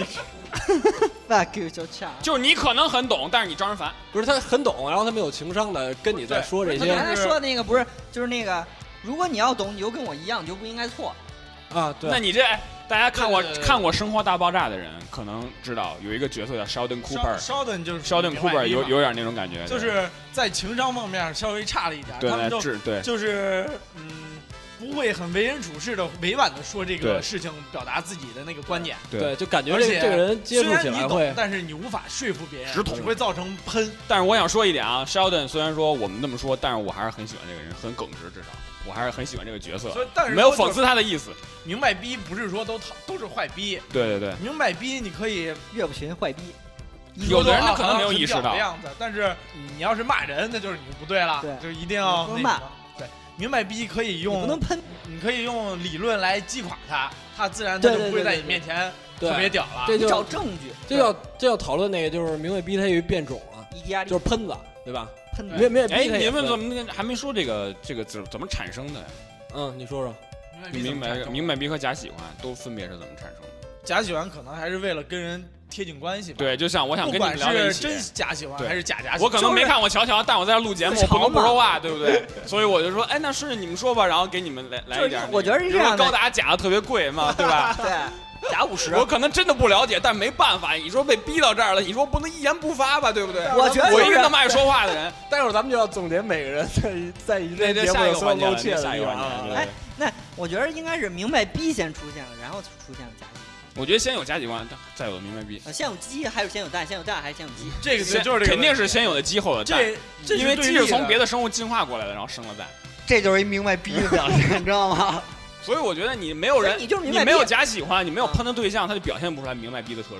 Speaker 2: fuck you 就呛，
Speaker 3: 就是你可能很懂，但是你招人烦。
Speaker 1: 不是他很懂，然后他没有情商的跟你在说这些。
Speaker 2: 刚才说的那个不是，就是那个，如果你要懂，你就跟我一样，你就不应该错。
Speaker 1: 啊，对。
Speaker 3: 那你这大家看过《生活大爆炸》的人，可能知道有一个角色叫 Sheldon Cooper。Sheldon
Speaker 4: 就是
Speaker 3: Sheldon Cooper 有点那种感觉，
Speaker 4: 就是在情商方面稍微差了一点。
Speaker 3: 对，
Speaker 4: 他们
Speaker 3: 对，
Speaker 4: 就是不会很为人处事的、委婉的说这个事情，表达自己的那个观点。
Speaker 1: 对，就感觉这个人接触起来会，
Speaker 4: 但是你无法说服别人，
Speaker 3: 只
Speaker 4: 会造成喷。
Speaker 3: 但是我想说一点啊 ，Sheldon 虽然说我们这么说，但是我还是很喜欢这个人，很耿直，至少我还是很喜欢这个角色。
Speaker 4: 但是
Speaker 3: 没有讽刺他的意思。
Speaker 4: 明白逼不是说都是坏逼。
Speaker 3: 对，
Speaker 4: 明白逼你可以
Speaker 2: 岳不群坏逼。
Speaker 3: 有的人他可能没有意识到
Speaker 4: 的样子，但是你要是骂人，那就是你不对了，就一定要
Speaker 2: 骂。
Speaker 4: 对，明白逼可以用，
Speaker 2: 不能喷，
Speaker 4: 你可以用理论来击垮他自然他就不会在你面前特别屌了。
Speaker 2: 这就找证据，
Speaker 1: 这要讨论那个就是明白逼他有一变种了，就是喷子，对吧？
Speaker 2: 喷子。
Speaker 1: 明白逼。
Speaker 3: 哎，你们怎么还没说这个怎么产生的呀？
Speaker 1: 你说说。
Speaker 3: 明白逼和假喜欢都分别是怎么产生的？
Speaker 4: 假喜欢可能还是为了跟人贴近关系吧。
Speaker 3: 对，就像我想跟你们聊在一起，
Speaker 4: 不管是真假喜欢还是假喜欢，
Speaker 3: 我可能没看过乔乔，但我在这录节目，我不能不说话，对不对？所以我就说，哎，那顺着你们说吧，然后给你们来一点。
Speaker 2: 我觉得是这样的。
Speaker 3: 高达假的特别贵嘛，对吧？
Speaker 2: 对，假50。
Speaker 3: 我可能真的不了解，但没办法，你说被逼到这儿了，你说不能一言不发吧，对不对？
Speaker 2: 我觉得
Speaker 3: 我一个那么爱说话的人，
Speaker 1: 待会儿咱们就要总结每个人在一这节目的所有露怯的地方。
Speaker 2: 哎，那我觉得应该是明白逼先出现了，然后出现了假喜欢。
Speaker 3: 我觉得先有假喜欢，再有明白逼。
Speaker 2: 先有鸡还是先有蛋？先有蛋还是先有鸡？
Speaker 4: 这个就是这个，
Speaker 3: 肯定是先有的鸡后的蛋。因为鸡是从别的生物进化过来的，然后生了蛋。
Speaker 7: 这就是一明白逼的表现，你知道吗？
Speaker 3: 所以我觉得你没有人，
Speaker 2: 你就是
Speaker 3: 你没有假喜欢，你没有喷的对象，他就表现不出来明白逼的特质。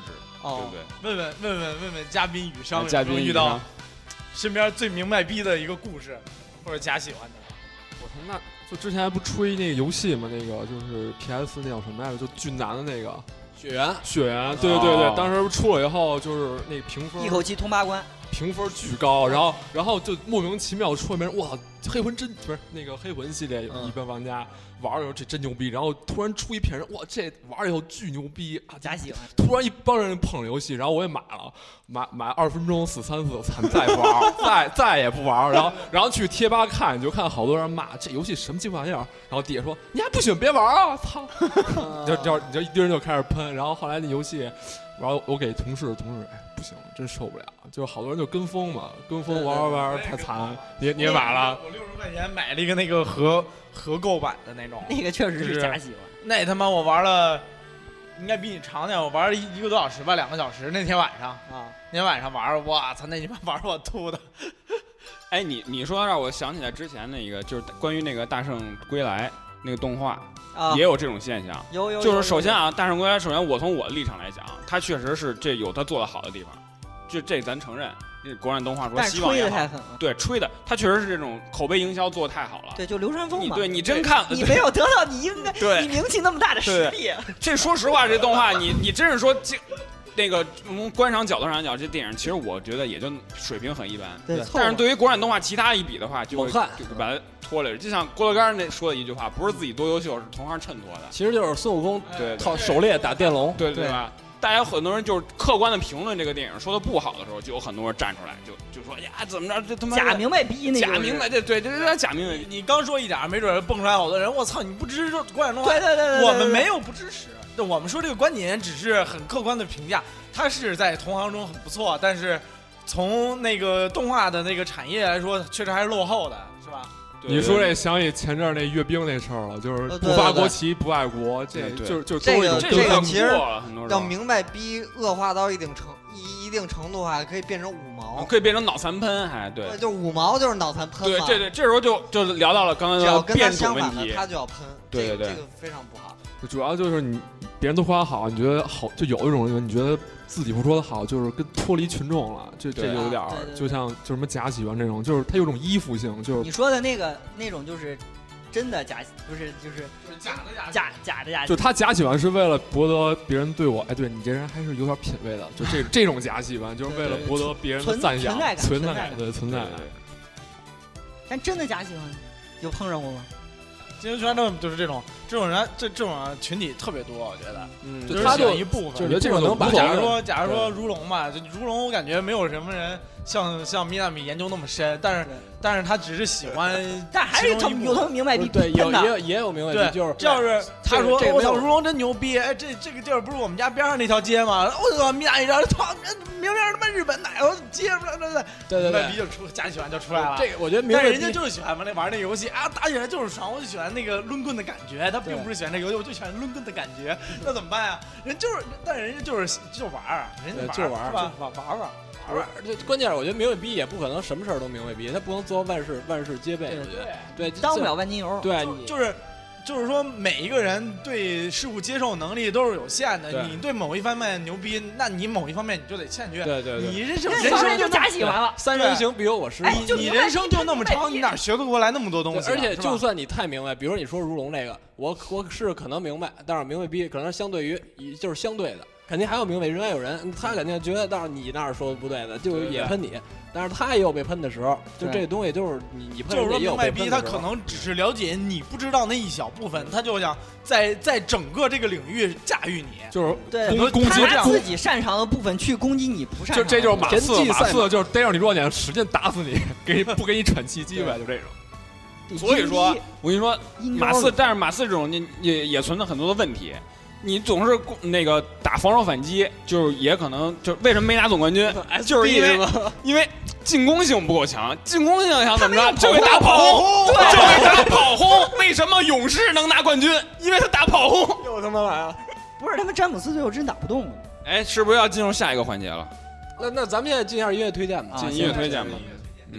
Speaker 3: 对不对？
Speaker 4: 问嘉宾雨生，
Speaker 3: 嘉宾
Speaker 4: 遇到身边最明白逼的一个故事，或者假喜欢的。
Speaker 6: 我操，那就之前还不吹那个游戏吗？那个就是 PS 那叫什么来着？就巨难的那个
Speaker 1: 血缘，
Speaker 6: 对，当时出了以后就是那评分
Speaker 2: 一口气通8关，
Speaker 6: 评分巨高，然后就莫名其妙出了名，哇，黑魂真不是那个黑魂系列，一般玩家玩的时候这真牛逼，然后突然出一片人，哇，这玩了以后巨牛逼啊，
Speaker 2: 假喜欢。
Speaker 6: 突然一帮人捧着游戏，然后我也买了，买20分钟死3次，惨再不玩，再也不玩，然后去贴吧看，就看好多人骂这游戏什么鸡巴玩意儿，然后底下说你还不喜欢别玩啊，操，就一堆人就开始喷，然后后来那游戏，然后我给同事哎不行，真受不了，就是好多人就跟风嘛，跟风玩太惨，你也买了，
Speaker 4: 我60块钱买了一个那个合购版的那种，
Speaker 2: 那个确实是假喜欢，
Speaker 4: 那他妈我玩了。应该比你长点，我玩了1个多小时吧，2个小时。那天晚上啊，那天晚上玩，哇操，那你妈玩我吐的。
Speaker 3: 哎，你说让我想起来之前那个，就是关于那个《大圣归来》那个动画，也有这种现象。
Speaker 2: 有，
Speaker 3: 就是首先啊，《大圣归来》首先我从我的立场来讲，它确实是这有它做得好的地方，这咱承认。国产动画说希望也好，对吹的，它确实是这种口碑营销做得太好了。
Speaker 2: 对，就流川枫嘛。
Speaker 3: 对你真看，
Speaker 2: 你没有得到你应该你名气那么大的实力。
Speaker 3: 这说实话，这动画你真是说那个从观赏角度上讲，这电影其实我觉得也就水平很一般。
Speaker 2: 对，
Speaker 3: 但是对于国产动画其他一比的话，就
Speaker 1: 看
Speaker 3: 就把它拖累了。就像郭德纲那说的一句话，不是自己多优秀，是同行衬托的。
Speaker 1: 其实就是孙悟空
Speaker 3: 对
Speaker 1: 靠狩猎打电龙，
Speaker 3: 对吧？大家很多人就是客观的评论这个电影说的不好的时候，就有很多人站出来就说呀怎么着这他妈
Speaker 2: 假明白逼那
Speaker 3: 假明白对这假明白。
Speaker 4: 你刚说一点，没准蹦出来好多人，我操你不支持国产动画？
Speaker 2: 对，
Speaker 4: 我们没有不支持，我们说这个观点只是很客观的评价，它是在同行中很不错，但是从那个动画的那个产业来说，确实还是落后的，是吧？
Speaker 6: 你说这想起前阵那阅兵那事儿了，就是不发国旗不爱国，这就
Speaker 7: 这个其实要
Speaker 3: 明
Speaker 7: 明白逼恶化到一定程度还可以变成五毛，
Speaker 3: 可以变成脑残喷，还对，
Speaker 7: 就是5毛就是脑残喷嘛。
Speaker 3: 对，这时候就聊到了刚才的变种问题，
Speaker 7: 他就要喷，
Speaker 3: 对，
Speaker 7: 这个非常不好。
Speaker 6: 主要就是你别人都夸好，你觉得好，就有一种人你觉得自己不说的好，就是跟脱离群众了，这就有点儿，就像就什么假喜欢这种，就是他有种依附性，就是
Speaker 2: 你说的那种就是真的假，不是就是假的，
Speaker 6: 就他假喜欢是为了博得别人对我，哎，对你这人还是有点品位的，就这种假喜欢，就是为了博得别人的赞赏，存在感。
Speaker 2: 但真的假喜欢有碰上过吗？
Speaker 4: 金球圈就是这种人，这种群体特别多，我觉得，
Speaker 1: 就
Speaker 4: 他选一部分，
Speaker 1: 就觉得这种能把。
Speaker 4: 假如说如龙吧，就如龙，我感觉没有什么人像米娜米研究那么深，但是他只是喜欢，
Speaker 2: 但还是有他们明白逼，
Speaker 1: 对，也有明白逼，就是
Speaker 4: 他说我操，如龙真牛逼，哎，这个地儿不是我们家边上那条街吗？我操，米娜一张，操，明明他妈日本哪有街不对，明白逼就假喜欢就出来了。
Speaker 1: 这个我觉得，
Speaker 4: 但是人家就是喜欢玩那游戏啊，打起来就是爽，我就喜欢那个抡棍的感觉，他并不是喜欢这个游戏，我就喜欢抡棍的感觉，那怎么办呀？但人家就玩，人家
Speaker 1: 就玩，
Speaker 4: 是吧？
Speaker 1: 玩。这关键是我觉得明白逼也不可能什么事儿都明白逼，他不能做万事皆备。对，
Speaker 2: 当不了万金油。
Speaker 1: 对，
Speaker 4: 就是说，每一个人对事物接受能力都是有限的。你对某一方面牛逼，那你某一方面你就得欠缺。
Speaker 1: 对，
Speaker 4: 你人生
Speaker 2: 就假喜欢了。
Speaker 1: 三人行必有我师。
Speaker 4: 你人生就那么长，你哪学得过来那么多东西？
Speaker 1: 而且就算你太明白，比如你说如龙这个，我是可能明白，但是明白逼可能相对于就是相对的。肯定还有明白，人外有人，他肯定觉得到是你那儿说的不对的，就也喷你，但是他也有被喷的时候，就这东西就是你喷人也有被喷的时候。
Speaker 4: 就是说明白逼，他可能只是了解你不知道那一小部分，他就想在整个这个领域驾驭你，
Speaker 6: 就是
Speaker 2: 对
Speaker 6: 攻击
Speaker 2: 他拿自己擅长的部分去攻击你不擅长的。
Speaker 6: 这就是马刺就是逮着你弱点，使劲打死你，不给你喘气机会，就这种。
Speaker 3: 所以说，我跟你说，但是马刺这种也存在很多的问题。你总是那个打防守反击，就是也可能就为什么没拿总冠军，就是因为进攻性不够强，进攻性想怎么着就给打跑轰，就给打跑轰。为什么勇士能拿冠军？因为他打跑轰。
Speaker 1: 又他妈来了，
Speaker 2: 不是他们詹姆斯最后真打不动了。
Speaker 3: 哎，是不是要进入下一个环节了？
Speaker 1: 那咱们现在进一下音乐推荐吧，
Speaker 3: 进音乐推荐吧。
Speaker 1: 对。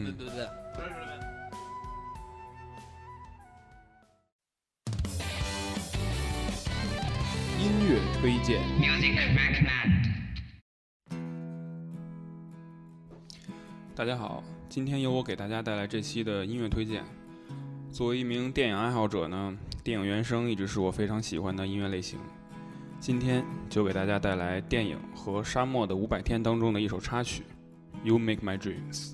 Speaker 3: 音乐推荐。 大家好，今天由我给大家带来这期的音乐推荐。作为一名电影爱好者呢，电影原声一直是我非常喜欢的音乐类型。今天就给大家带来电影和沙漠的500天当中的一首插曲 You Make My Dreams。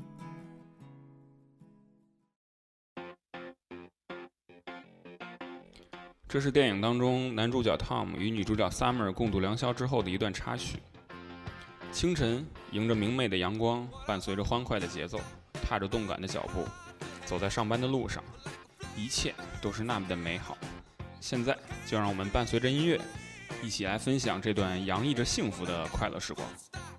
Speaker 3: 这是电影当中男主角 Tom 与女主角 Summer 共度良宵之后的一段插曲。清晨，迎着明媚的阳光，伴随着欢快的节奏，踏着动感的脚步，走在上班的路上，一切都是那么的美好。现在就让我们伴随着音乐，一起来分享这段洋溢着幸福的快乐时光。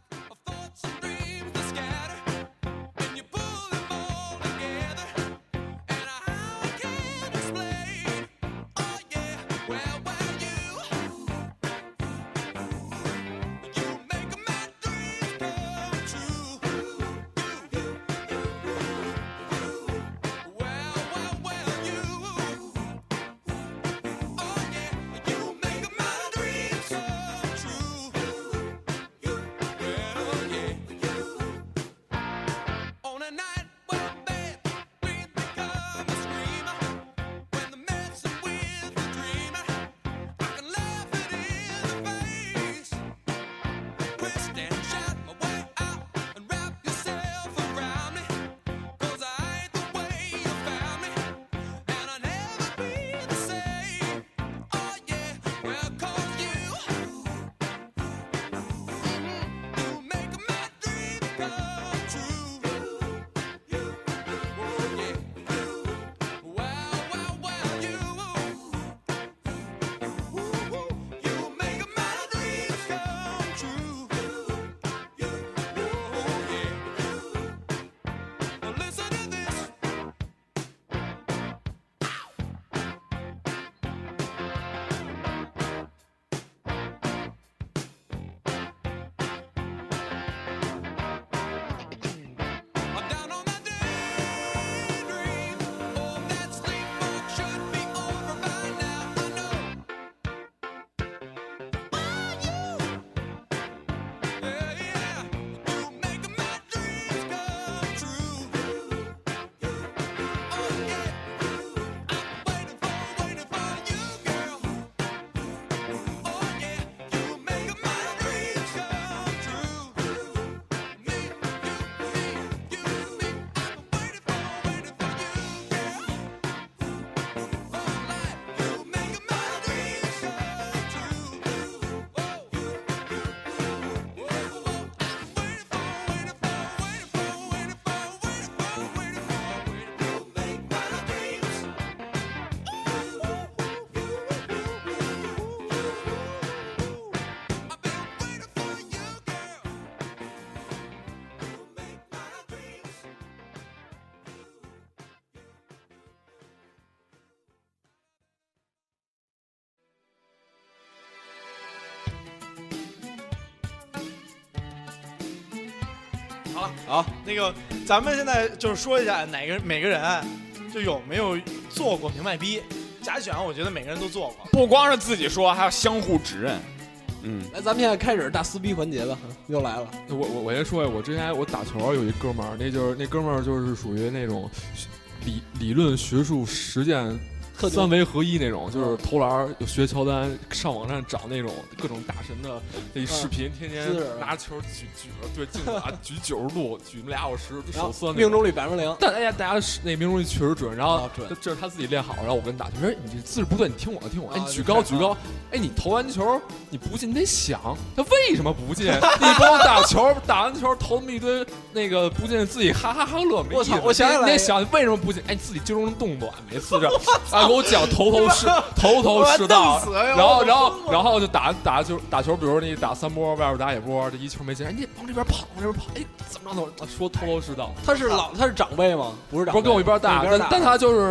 Speaker 4: 好，那个咱们现在就是说一下每个人就有没有做过明白逼。假想我觉得每个人都做过，
Speaker 3: 不光是自己说，还要相互指认。
Speaker 1: 来，咱们现在开始大撕逼环节了，又来了。
Speaker 6: 我先说呀，我之前我打球有一哥们儿，那哥们儿就是属于那种理论学术实践3维合一那种，就是投篮学乔丹，上网上找那种各种大神的那视频，天天拿球举着对镜子举90度，举2小时，手酸，
Speaker 1: 命中率0%。
Speaker 6: 但大家那命中率确实准，然后这是他自己练好，然后我跟他打，他说你这姿势不对，你听我，哎，你举高，哎，你投完球你不进，你得想他为什么不进，你光打完球投那么一堆那个不进，自己哈哈乐没意思。
Speaker 1: 我想起来，
Speaker 6: 你得想为什么不进，哎，自己肌肉能动作，每次这给我讲头头是道，然后就打球，比如你打3波，外边打野波，这一球没进，哎，你往这边跑，哎，怎么着说头头是道。
Speaker 1: 他是长辈吗？不是长辈，
Speaker 6: 不是跟我一边大，但他就是，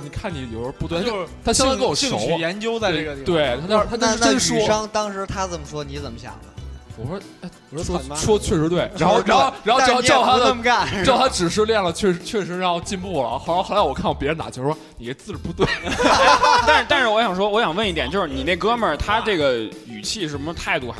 Speaker 6: 你看你有时候不对，他相当跟我熟，
Speaker 4: 兴趣研究在这个地方。
Speaker 6: 对他就是真说。
Speaker 7: 雨生当时他这么说，你怎么想的？
Speaker 6: 我说确实对，然后照他指示练了，确实让我进步了。后来我看别人打球说你这姿势不对，
Speaker 3: 但是我想问一点，就是你那哥们儿他这个语气什么态度还是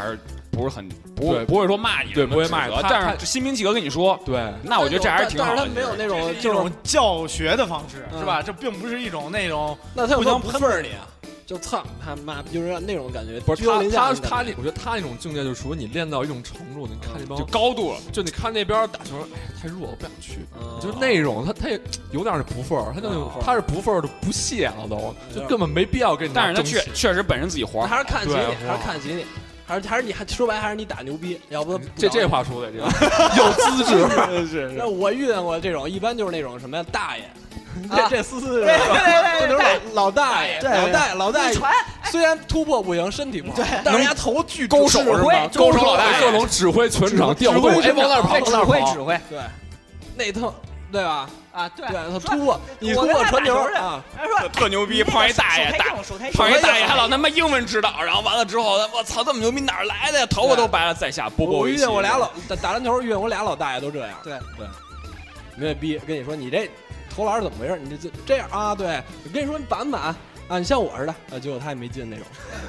Speaker 3: 不是很不会说骂你，
Speaker 6: 对，不会骂你，
Speaker 3: 但是心平气和跟你说，
Speaker 6: 对，
Speaker 3: 那我觉得这还是挺好的。
Speaker 1: 但是他没有那种
Speaker 4: 这种教学的方式，是吧？这并不是一种那种
Speaker 1: 那他有没有不忿你啊？就操他妈，就是那种感觉。
Speaker 6: 不是他，我觉得他那种境界就属于你练到一种程度，你看那帮
Speaker 3: 就高度了，
Speaker 6: 就你看那边打球，哎，太热了，不想去。就是那种他也有点是不忿儿，他是不忿儿就不屑了都，就根本没必要跟你。
Speaker 3: 但是他确实本身自己活，
Speaker 1: 还是看起你，还是看起你。还是你说白还是你打牛逼，要不
Speaker 6: 这话说的这个有资质
Speaker 1: 是。那我遇见过这种，一般就是那种什么呀大爷，这思思
Speaker 2: 对，
Speaker 1: 老大爷，老大爷，虽然突破不行，身体不好，但是人家头巨
Speaker 3: 勾手是吧？勾手老大爷，
Speaker 6: 各种指挥全场调动，哎，往那跑，
Speaker 2: 指挥，
Speaker 1: 对，那套对吧？
Speaker 2: 啊，对，
Speaker 1: 他突破，你突破传球啊，
Speaker 3: 特牛逼，碰一大爷，碰一大爷还老他妈英文指导，然后完了之后，我操，这么牛逼哪儿来的呀？头发都白了，再下波波。
Speaker 1: 我遇见我俩打篮球，遇见我俩老大爷都这样。
Speaker 2: 对，
Speaker 1: 没逼，跟你说你这投篮怎么回事？你这样啊？对，我跟你说你板啊，你像我似的啊，结果他也没进那种。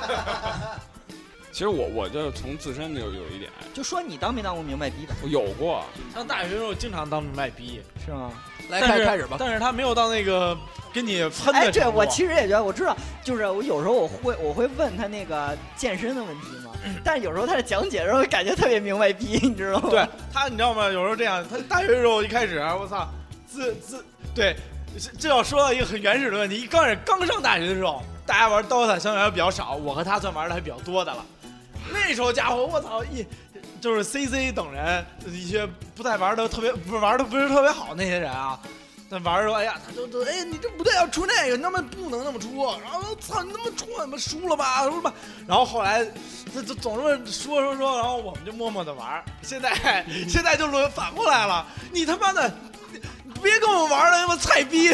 Speaker 3: 其实我就从自身就有一点，
Speaker 2: 就说你当没当过明白逼吧？
Speaker 3: 我有过，
Speaker 4: 上大学的时候经常当明白逼，
Speaker 2: 是吗？
Speaker 1: 来开始吧。
Speaker 4: 但是他没有到那个跟你喷的程度。
Speaker 2: 对，我其实也觉得，我知道，就是我有时候我会问他那个健身的问题嘛，但是有时候他的讲解的时候感觉特别明白逼，你知道吗？
Speaker 4: 对他，你知道吗？有时候这样，他大学的时候一开始，我操，对，这要说到一个很原始的问题，刚上大学的时候，大家玩 DOTA 相对来说比较少，我和他算玩的还比较多的了。那时候家伙，我操，就是 CC 等人一些不太玩的特别，玩的不是特别好那些人啊，那玩的时候，哎呀，他就哎，你这不对，要出那个，你他妈不能那么出，然后操，你他妈出他妈输了吧，输了吧，然后后来他就总这么说，然后我们就默默的玩，现在就反过来了，你他妈的。别跟我玩了，他妈菜逼！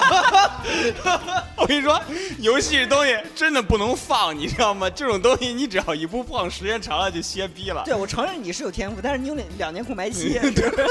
Speaker 3: 我跟你说，游戏这东西真的不能放，你知道吗？这种东西你只要一不放，时间长了就歇逼了。
Speaker 2: 对，我承认你是有天赋，但是你有2年空白期。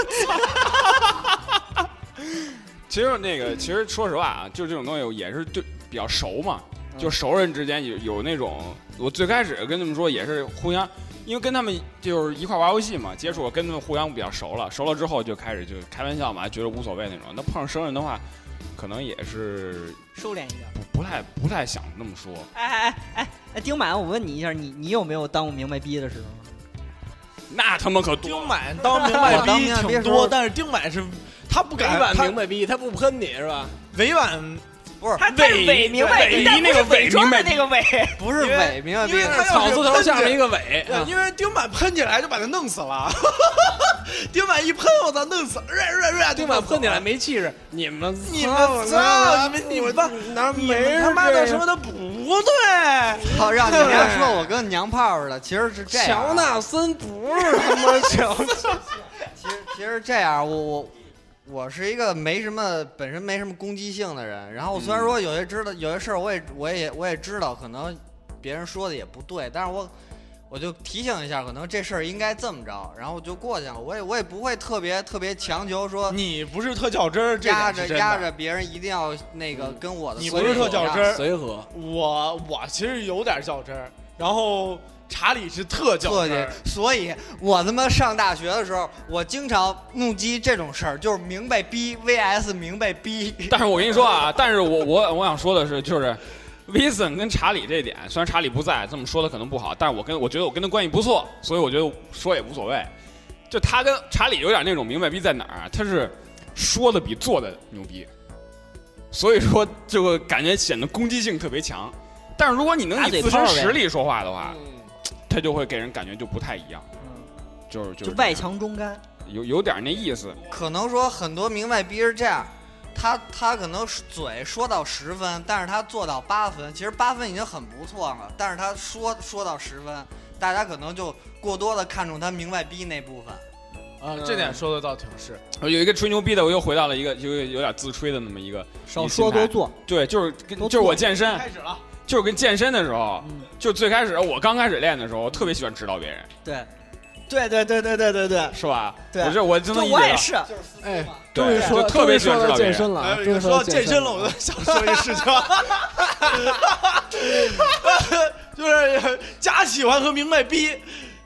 Speaker 3: 其实说实话啊，就这种东西也是对比较熟嘛，就熟人之间有那种，我最开始跟他们说也是互相。因为跟他们就是一块玩游戏嘛，接触跟他们互相比较熟了之后就开始就开玩笑嘛，觉得无所谓那种。那碰上生人的话，可能也是
Speaker 2: 收敛一点，
Speaker 3: 不太想那么说。
Speaker 2: 哎，丁满，我问你一下，你有没有当过明白逼的时候？
Speaker 3: 那他妈可多。
Speaker 4: 丁满当明白逼挺多，但是丁满是他不敢
Speaker 1: 委婉明白逼，他不喷你是吧？
Speaker 4: 委婉。
Speaker 2: 不是他伪明白逼，
Speaker 3: 那个伪
Speaker 2: 装的那个伪，
Speaker 7: 不是伪明白逼，
Speaker 1: 草字头下面一个伪。
Speaker 4: 因为丁满喷起来就把他弄死了。丁满一喷，我操，弄死！
Speaker 1: 丁满喷起来没气势，你们操，
Speaker 4: 你们
Speaker 1: 哪没
Speaker 4: 他妈的什么都不对。
Speaker 7: 好，让你们家说我跟娘炮似的，其实是这样。
Speaker 1: 乔纳森不是他妈乔。
Speaker 7: 其实这样，我是一个本身没什么攻击性的人，然后我虽然说有些事儿我也知道，可能别人说的也不对，但是我就提醒一下，可能这事儿应该这么着，然后我就过去了，我也不会特别强求说
Speaker 4: 你不是特较真儿，
Speaker 7: 压着别人一定要那个跟我的，
Speaker 4: 你不是特较真儿，
Speaker 1: 随和，
Speaker 4: 我其实有点较真儿，然后。查理是特较真，
Speaker 7: 所以我他妈上大学的时候，我经常目击这种事儿，就是明白逼 vs 明白逼。
Speaker 3: 但是我跟你说啊，但是我想说的是，就是威森跟查理这点，虽然查理不在，这么说的可能不好，但是我觉得我跟他关系不错，所以我觉得说也无所谓。就他跟查理有点那种明白逼在哪儿，他是说的比做的牛逼，所以说这个感觉显得攻击性特别强。但是如果你能以自身实力说话的话。他就会给人感觉就不太一样，就
Speaker 2: 外强中干，
Speaker 3: 有点那意思。
Speaker 7: 可能说很多明白逼是这样，他可能嘴说到10分，但是他做到8分，其实8分已经很不错了，但是他说到10分，大家可能就过多的看重他明白逼那部分。
Speaker 4: 这点说的倒挺是。
Speaker 3: 有一个吹牛逼的，我又回到了一个有点自吹的那么一个。
Speaker 2: 少说多做。
Speaker 3: 对，就是我健身
Speaker 4: 开始了。
Speaker 3: 就是跟健身的时候，就最开始我刚开始练的时候，我特别喜欢指导别人。
Speaker 2: 对，
Speaker 3: 是吧？
Speaker 2: 对，
Speaker 3: 我真的
Speaker 2: 我也是。
Speaker 1: 哎，
Speaker 3: 对，就特别喜欢指导
Speaker 1: 健身了。
Speaker 4: 说到健身了，我就想说一事情，就是假喜欢和明白逼。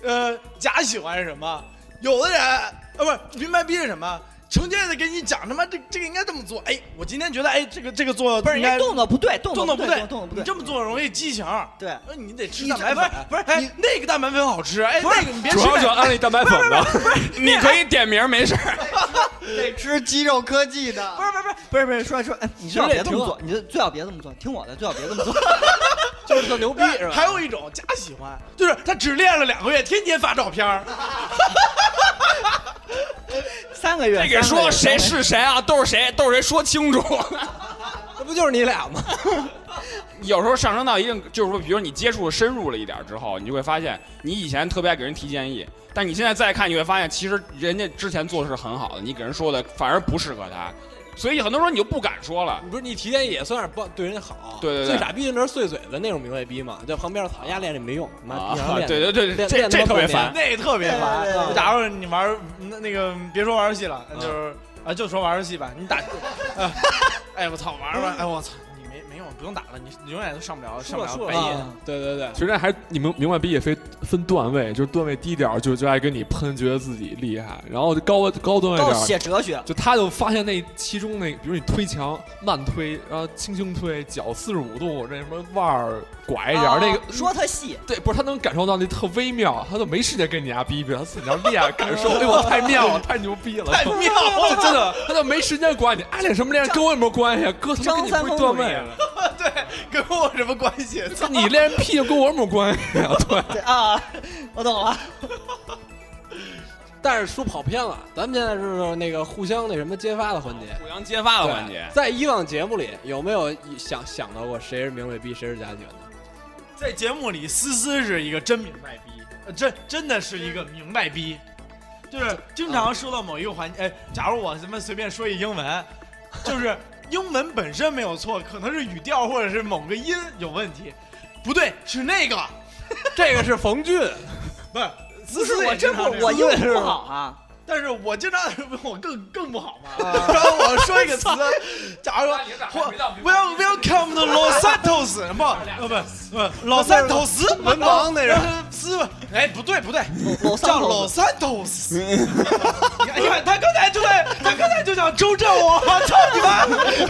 Speaker 4: 假喜欢是什么？有的人不是明白逼是什么？成天的给你讲他妈这个应该这么做，哎，我今天觉得哎这个做
Speaker 2: 不是，人动作不对，
Speaker 4: 动作不对，
Speaker 2: 你
Speaker 4: 这么做容易畸形。
Speaker 2: 对，
Speaker 4: 你得吃蛋白粉，不是，哎，那个蛋白粉好吃，哎，那个你别吃，
Speaker 6: 主要就安利蛋白粉的，
Speaker 3: 你可以点名没事儿。
Speaker 7: 得吃肌肉科技的，
Speaker 2: 不是，说，哎，你最好别这么做，你最好别这么做，听我的，最好别这么做，
Speaker 1: 就是特牛逼是吧？
Speaker 4: 还有一种假喜欢，就是他只练了2个月，天天发照片。
Speaker 2: 3个月，
Speaker 3: 这个说谁是谁啊？都是谁？说清楚。
Speaker 1: 这不就是你俩吗？
Speaker 3: 有时候上升到一定，就是说，比如你接触深入了一点之后，你就会发现，你以前特别爱给人提建议，但你现在再看，你会发现，其实人家之前做的是很好的，你给人说的反而不适合他。所以很多时候你就不敢说了。
Speaker 1: 不是你提建议也算是帮对人家好。
Speaker 3: 对，
Speaker 1: 最傻逼的那是碎嘴的那种明白逼嘛，在旁边讨厌练这没用，妈逼
Speaker 3: 对，这特别烦，
Speaker 4: 那特别烦。假如你玩那个，别说玩游戏了，就是就说玩游戏吧，你打，哎我操玩吧，哎我操。没用，不用打了，你永远都上不了白银。对。
Speaker 6: 其实还你们明白逼也分段位，就是段位低点就爱跟你喷，觉得自己厉害，然后高段位点
Speaker 2: 写哲学，
Speaker 6: 就他就发现那其中那，比如你推墙慢推，然后轻推，脚45度，这什么腕儿拐一点，那个
Speaker 2: 说他细，
Speaker 6: 对，不是他能感受到那特微妙，他就没时间跟你家逼，他自己要练感受，哎呦太妙了，太牛逼了，
Speaker 4: 太妙了，
Speaker 6: 真的，他就没时间管你爱练什么练，跟我有什么关系？哥他妈跟你不是段位。
Speaker 4: 对，跟我有什么关系？
Speaker 6: 你练屁跟我有什么关系啊？对
Speaker 2: 啊，我懂了。
Speaker 1: 但是说跑偏了，咱们现在是那个互相那什么揭发的环节，
Speaker 3: 互相揭发的环节。
Speaker 1: 在以往节目里有没有想到过谁是明白逼，谁是假喜欢的？
Speaker 4: 在节目里，思是一个真明白逼，真的是一个明白逼，就是经常说到某一个环节，假如我随便说一英文，就是。英文本身没有错，可能是语调或者是某个音有问题，不对，是那个，
Speaker 1: 这个是冯俊，
Speaker 2: 不是我真不，我英文不好啊，
Speaker 4: 但是我经常我更不好嘛。然后我说一个词，假如说Welcome to Los Santos， 不，Los Santos 文盲那人斯，哎不对，叫 Los Santos。你看他刚才就想纠正我，操你妈！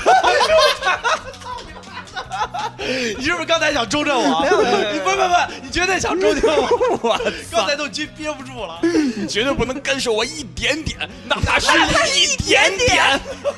Speaker 4: 你是不是刚才想纠正我？你不，你绝对想纠正我。刚才都憋不住了。
Speaker 3: 你绝对不能干涉我一点点，哪怕是一点点。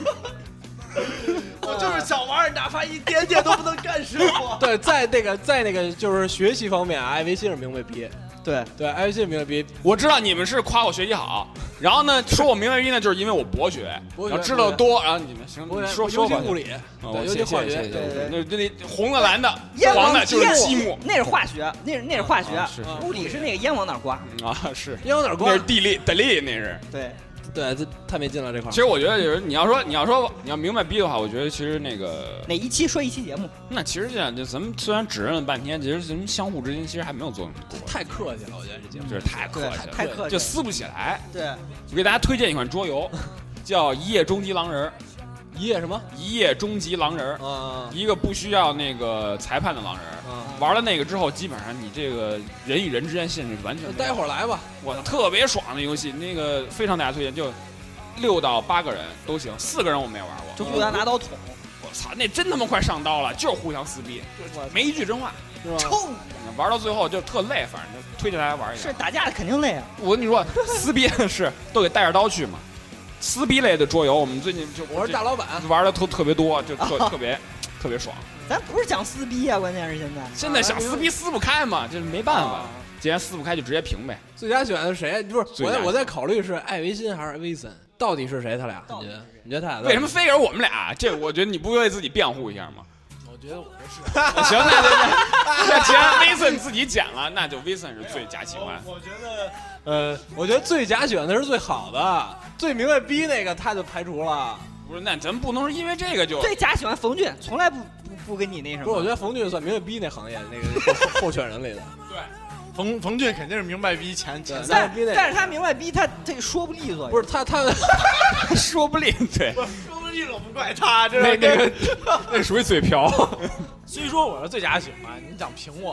Speaker 4: 我就是想玩，哪怕一点点都不能干涉我。
Speaker 1: 对，在那个就是学习方面，艾维新是明白逼。对，艾维新明白逼。
Speaker 3: 我知道你们是夸我学习好，然后呢说我明白逼呢，就是因为我博学，然后知道多，然后你们行，说吧。
Speaker 1: 物理，
Speaker 3: 对，
Speaker 1: 尤其化学，
Speaker 3: 那红的、蓝的、黄的就是积木，
Speaker 2: 那是化学，那是化学，物理是那个烟往哪刮
Speaker 3: 啊？是
Speaker 1: 烟往哪刮？
Speaker 3: 那是地力，那是
Speaker 1: 对，这太没劲了这块。
Speaker 3: 其实我觉得就是你要明白逼的话，我觉得其实那个
Speaker 2: 哪一期说一期节目，
Speaker 3: 那其实这样就咱们虽然指认了半天，其实咱们相互之间其实还没有作用多。
Speaker 1: 太客气了，我觉得这节目
Speaker 3: 就是太客气了，
Speaker 2: 太客气，
Speaker 3: 就撕不起来。
Speaker 2: 对，
Speaker 3: 我给大家推荐一款桌游，叫《一夜终极狼人》。
Speaker 1: 一夜什么？
Speaker 3: 一夜终极狼人，一个不需要那个裁判的狼人。玩了那个之后，基本上你这个人与人之间限制完全。
Speaker 1: 待会儿来吧，
Speaker 3: 我特别爽的游戏，那个非常大家推荐，就6到8个人都行，4个人我没有玩过，
Speaker 2: 就互相拿刀捅。
Speaker 3: 我操，那真他妈快上刀了，就是互相撕逼，没一句真话，
Speaker 1: 是吧？
Speaker 2: 冲！
Speaker 3: 玩到最后就特累，反正就推荐大家玩一下。
Speaker 2: 是打架肯定累啊！
Speaker 3: 我跟你说，撕逼是都得带着刀去嘛。撕逼类的桌游，我们最近就
Speaker 1: 我是大老板，
Speaker 3: 玩的特别多，就特别爽。
Speaker 2: 咱不是讲撕逼啊，关键是
Speaker 3: 现在想撕逼撕不开嘛，就是没办法。既然撕不开，就直接平呗。
Speaker 1: 最佳选的是谁？不是我在考虑是艾维新还是威森，到底是谁？他俩？你觉得他俩？
Speaker 3: 为什么非给我们俩？这我觉得你不为自己辩护一下吗？
Speaker 1: 我觉得我这是
Speaker 3: 行，那既然威森自己讲了，那就威森是最佳喜欢。
Speaker 1: 我觉得最假选的是最好的，最明白逼那个他就排除了。
Speaker 3: 不是，那咱不能是因为这个就
Speaker 2: 最假喜欢冯俊，从来不跟你那什么。
Speaker 1: 不是，我觉得冯俊算明白逼那行业那个候选人里的。
Speaker 4: 对，冯俊肯定是明白逼前3。
Speaker 2: 但是他明白逼他说不利索。
Speaker 1: 不是他
Speaker 3: 说不利，对，
Speaker 4: 说不利索不怪他，
Speaker 6: 那属于嘴瓢。
Speaker 4: 所以说我是最假喜欢，你讲凭我。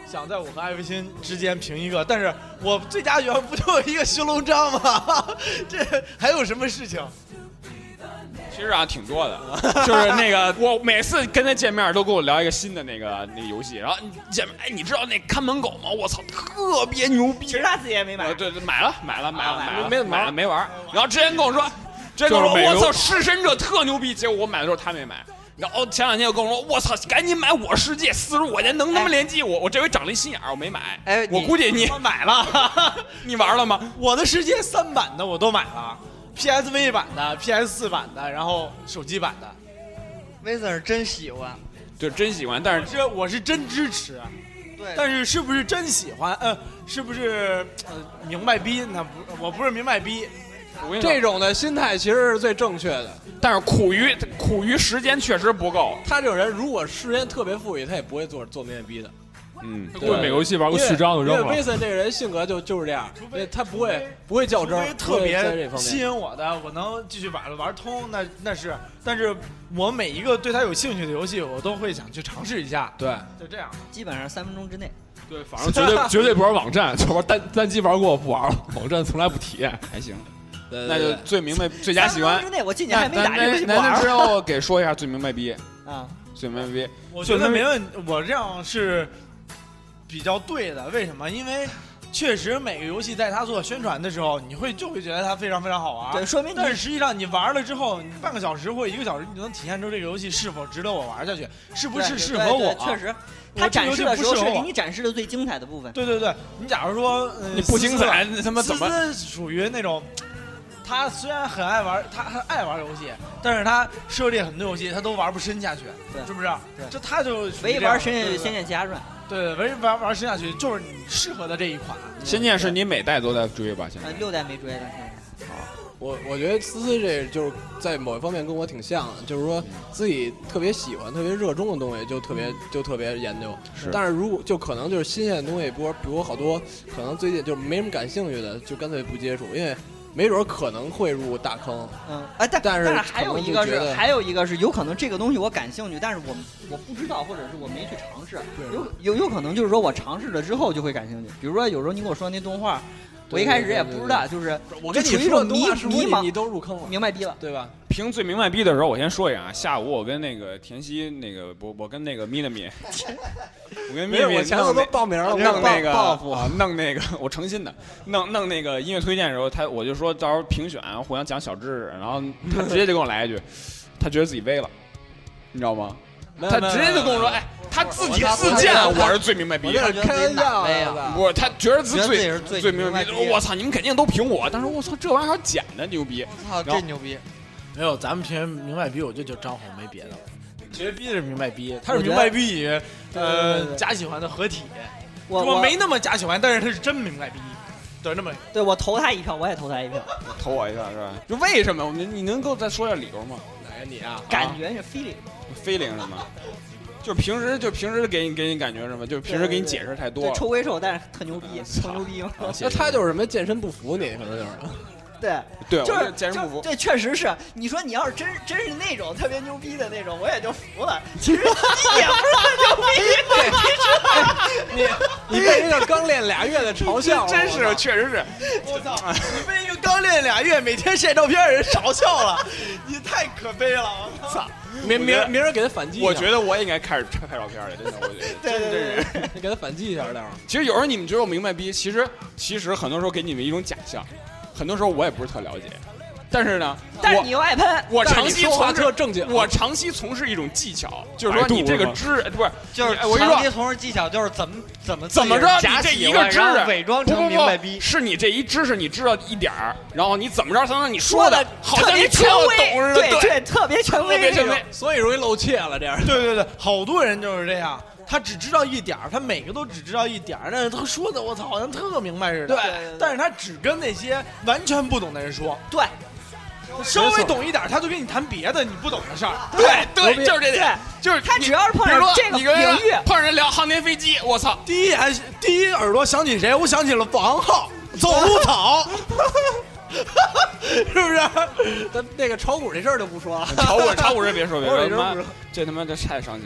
Speaker 4: 想在我和艾维新之间评一个，但是我最佳选不就有一个修龙章吗？这还有什么事情？
Speaker 3: 其实啊，挺多的，就是那个我每次跟他见面都跟我聊一个新的那个游戏，然后见面，哎，你知道那看门狗吗？我操，特别牛逼。
Speaker 2: 其实他自己也没买。
Speaker 3: 对，买了，没玩。然后之前跟我说，我操，弑神者特牛逼，结果我买的时候他没买。然后前2天又跟我说，我操，赶紧买我世界45块钱能他妈联机，我这回长了一心眼儿，我没买。哎，我估计你
Speaker 4: 买了，
Speaker 3: 你玩了吗？
Speaker 4: 我的世界3版的我都买了。PSV 版的、PS4 版的，然后手机版的。
Speaker 7: 威森是真喜欢，
Speaker 3: 对，真喜欢，但是
Speaker 4: 我是真支持。
Speaker 7: 对，
Speaker 4: 但是是不是真喜欢？是不是明白逼？那不，我不是明白逼。
Speaker 1: 这种的心态其实是最正确的，
Speaker 3: 但是苦于时间确实不够。
Speaker 1: 他这种人如果时间特别富裕，他也不会做明白逼的。
Speaker 6: 他会每个游戏玩个序章就扔了。
Speaker 1: 因为威森这个人性格就是这样，他不会较真，
Speaker 4: 特别吸引我的，我能继续把它玩通，那是。但是我每一个对他有兴趣的游戏，我都会想去尝试一下。
Speaker 1: 对，
Speaker 4: 就这样，
Speaker 2: 基本上3分钟之内。
Speaker 6: 对，反正绝对不玩网站，就玩单机玩过不玩了，网站从来不体验，
Speaker 3: 还行。那就最明白最佳喜欢。3分
Speaker 2: 钟之内我进去还没打这游戏不玩。
Speaker 3: 那之后给说一下最明白逼
Speaker 2: 啊，
Speaker 3: 最明白逼。
Speaker 4: 我觉得没问题，我这样是比较对的。为什么？因为确实每个游戏在他做宣传的时候，你就会觉得它非常非常好玩。
Speaker 2: 对，说明
Speaker 4: 但是实际上你玩了之后，你半个小时或1个小时，你就能体现出这个游戏是否值得我玩下去，是不是适合我。
Speaker 2: 确实，他展示的时候是给你展示的最精彩的部分。
Speaker 4: 对，你假如说
Speaker 3: 你不精彩，他妈怎么？
Speaker 4: 属于那种。他虽然很爱玩，他很爱玩游戏，但是他涉猎很多游戏，他都玩不深下去，是不是？
Speaker 2: 对，
Speaker 4: 这他就
Speaker 2: 唯一玩《仙剑奇侠传》。
Speaker 4: 对，唯一玩深下去就是你适合的这一款。
Speaker 3: 仙剑是你每代都在追吧？现在
Speaker 2: 6代没追了。
Speaker 1: 我觉得思思这就是在某一方面跟我挺像的，就是说自己特别喜欢、特别热衷的东西就特别研究。
Speaker 3: 是，
Speaker 1: 但是如果就可能就是新鲜的东西，比如好多可能最近就没什么感兴趣的，就干脆不接触，因为。没准可能会入大坑，但是
Speaker 2: 还有一个是有可能这个东西我感兴趣，但是我不知道，或者是我没去尝试，有可能就是说我尝试了之后就会感兴趣。比如说有时候你跟我说那动画，我一开始也不知道，就是
Speaker 1: 我跟你
Speaker 2: 说的迷茫，
Speaker 1: 你都入坑了，
Speaker 2: 明白逼了，
Speaker 1: 对吧？
Speaker 3: 评最明白逼的时候，我先说一下啊，下午我跟那个田曦我跟那个咪咪，我跟咪咪
Speaker 1: 前头都报名了，
Speaker 3: 弄那个报复啊，弄那个我诚心的弄那个音乐推荐的时候，我就说到时候评选互相讲小知识，然后他直接就跟我来一句，他觉得自己威了，你知道吗？他直接就跟我说，哎，他自己自荐我是最明白逼的，
Speaker 1: 开玩笑
Speaker 3: 我他觉得自己最明白逼的，我操，你们肯定都评我，但是我操，这玩意儿还捡的牛逼，
Speaker 7: 操，这牛逼。
Speaker 4: 没有，咱们评明白逼，我就张红，没别的了。绝逼是明白逼，他是明白逼与假喜欢的合体。我没那么假喜欢，但是他是真明白逼。对，那么
Speaker 2: 对我投他一票，我也投他一票。
Speaker 3: 投我一票是吧？就为什么？你能够再说下理由吗？
Speaker 1: 哪个你啊？
Speaker 2: 感觉是 feeling
Speaker 3: 是吗？就是平时给你感觉是吗？就是平时给你解释太多了。
Speaker 2: 臭归臭，但是特牛逼，特牛逼嘛。
Speaker 1: 那他就是什么健身不服你，可能就是。
Speaker 3: 对，
Speaker 2: 就是
Speaker 3: 健身不服。
Speaker 2: 对，确实是。你说你要是真是那种特别牛逼的那种，我也就服了。其实你也不是
Speaker 1: 特牛逼，你被一个刚练2月的嘲笑，
Speaker 3: 真是，确实是。
Speaker 4: 我操！你被一个刚练2月、每天晒照片的人嘲笑了，你太可悲了！我操！
Speaker 1: 明儿给他反击。
Speaker 3: 我觉得我也应该开始拍照片了，真的，我觉得。
Speaker 2: 对，
Speaker 1: 你给他反击一下，待会儿。
Speaker 3: 其实有时候你们觉得我明白逼，其实很多时候给你们一种假象。很多时候我也不是特了解，但是呢，
Speaker 2: 你又爱喷，
Speaker 3: 我长期从事一种技巧，就是说你这个知不是，
Speaker 7: 就是
Speaker 3: 我跟你说，
Speaker 7: 长期从事技巧就是怎么
Speaker 3: 着你这一个知识
Speaker 7: 伪装成明白逼，
Speaker 3: 是你这一知识你知道一点儿，然后你怎么着才能让你说的好像你
Speaker 2: 权威，
Speaker 3: 懂似的，
Speaker 2: 对，特别权威，
Speaker 1: 所以容易露怯了这样。
Speaker 4: 对，好多人就是这样。他只知道一点儿，他每个都只知道一点儿，但是他说的我操，好像特明白似的。
Speaker 2: 对，
Speaker 4: 但是他只跟那些完全不懂的人说。
Speaker 2: 对，
Speaker 4: 稍微懂一点，他就跟你谈别的你不懂的事儿。
Speaker 3: 对，就是这点，就是
Speaker 2: 他只要是碰上这个领域，
Speaker 3: 碰上人聊航天飞机，我操，
Speaker 4: 第一耳朵想起谁？我想起了王浩，走路草。是不是？
Speaker 1: 那个炒股这事儿就不说了。
Speaker 3: 炒股这别说，这他妈这太伤心了。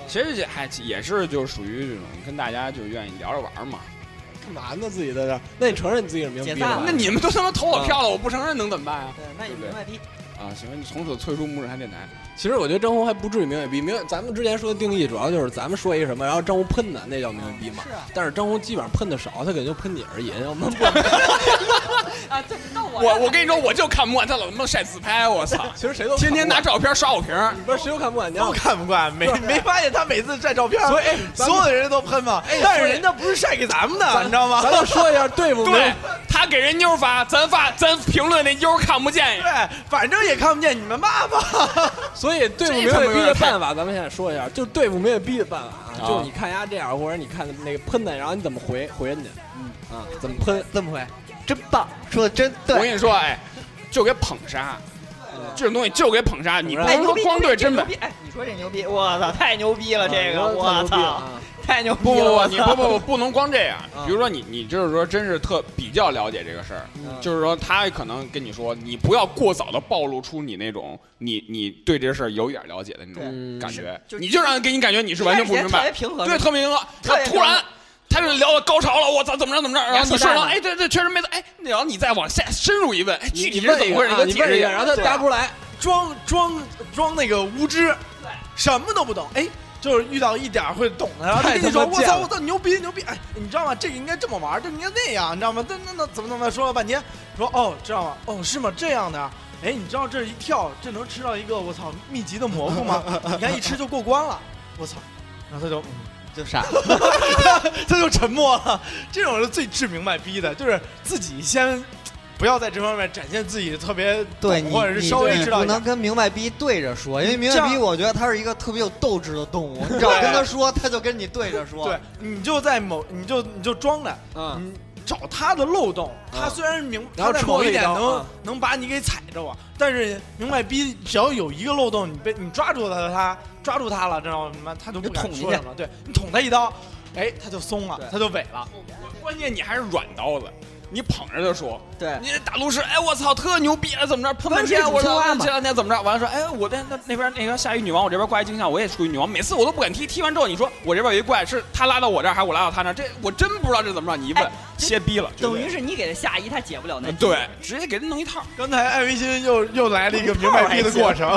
Speaker 3: 其实也是就属于这种跟大家就愿意聊着玩嘛。
Speaker 1: 干嘛呢？自己在这儿？那你承认你自己是明白逼了？
Speaker 3: 那你们都他妈投我票了，我不承认能怎么办啊？
Speaker 2: 对，那你明白逼
Speaker 3: 啊？行，你从此退出木日谈电台。
Speaker 1: 其实我觉得张红还不至于明白逼，咱们之前说的定义主要就是咱们说一个什么，然后张红喷的那叫明白逼嘛。
Speaker 2: 是啊。
Speaker 1: 但是张红基本上喷的少，他可能就喷你而已。我们不
Speaker 2: 啊，这到
Speaker 3: 我跟你说，我就看不惯他老他妈晒自拍，我操！
Speaker 1: 其实谁都
Speaker 3: 天天拿照片刷我屏，
Speaker 1: 不是谁都看不惯，
Speaker 4: 都看不惯，没发现他每次晒照片，
Speaker 1: 所以
Speaker 4: 所有的人都喷嘛。但是人家不是晒给咱们的，你知道吗？
Speaker 1: 咱就说一下对付
Speaker 3: 对，他给人妞发，咱评论那妞看不见。
Speaker 4: 对，反正也看不见，你们骂吧。
Speaker 1: 所以对付明白逼的办法，咱们现在说一下，就对付明白逼的办法啊，就是你看人家这样，或者你看那个喷的，然后你怎么回人家？怎么喷？
Speaker 7: 怎么回？真棒，说的真对。
Speaker 3: 我跟你说，就给捧杀，这种东西就给捧杀，你不能说光对真本。
Speaker 2: 哎，你说这牛逼，我操，太牛逼了，这个我操，太牛逼
Speaker 3: 了！你不能光这样。比如说你就是说真是比较了解这个事儿，就是说他可能跟你说，你不要过早的暴露出你那种你对这事儿有一点了解的那种感觉，你就让人给你感觉你是完全不明白，对，特别平和。他突然。他就聊到高潮了，我操，怎么着，然后你说了，对，确实没错，然后你再往下深入一问，具体是怎么回事，
Speaker 1: 你问一下，然后他答不出来，
Speaker 4: 装那个无知，什么都不懂，就是遇到一点会懂的，然后他跟你说，我操，牛逼，你知道吗？这个应该这么玩，这个应该那样，你知道吗？那怎么说了半天，说知道吗？是吗？这样的，你知道这一跳，这能吃到一个我操秘籍的蘑菇吗？你看一吃就过关了，我操，然后他就
Speaker 7: 傻，
Speaker 4: 他就沉默了。这种是最治明白逼的，就是自己先不要在这方面展现自己特别
Speaker 7: 对，
Speaker 4: 或者是稍微知道。
Speaker 7: 不能跟明白逼对着说，因为明白逼我觉得他是一个特别有斗志的动物，你只要跟他说，他就跟你对着说。
Speaker 4: 对，你就在你就装着，找他的漏洞。他虽然他在某一点能把你给踩着但是明白逼只要有一个漏洞，你抓住他了，知道吗？他就不敢说什么。对，你捅他一刀，他就松了，他就萎了。
Speaker 3: 关键你还是软刀子。你捧着就说，
Speaker 2: 对，
Speaker 3: 你大陆是，我操，特牛逼了，怎么着？喷半天，我说这两天怎么着？完了说，我那边那个下雨女王，我这边怪镜像，我也属于女王，每次我都不敢踢，踢完之后你说我这边有一怪，是他拉到我这儿，还是我拉到他那儿？这我真不知道这怎么着。你一问，歇逼了，
Speaker 2: 等于是你给他下一，他解不了那。
Speaker 3: 对，直接给他弄一套。
Speaker 4: 刚才艾维新又来了一个明白逼的过程，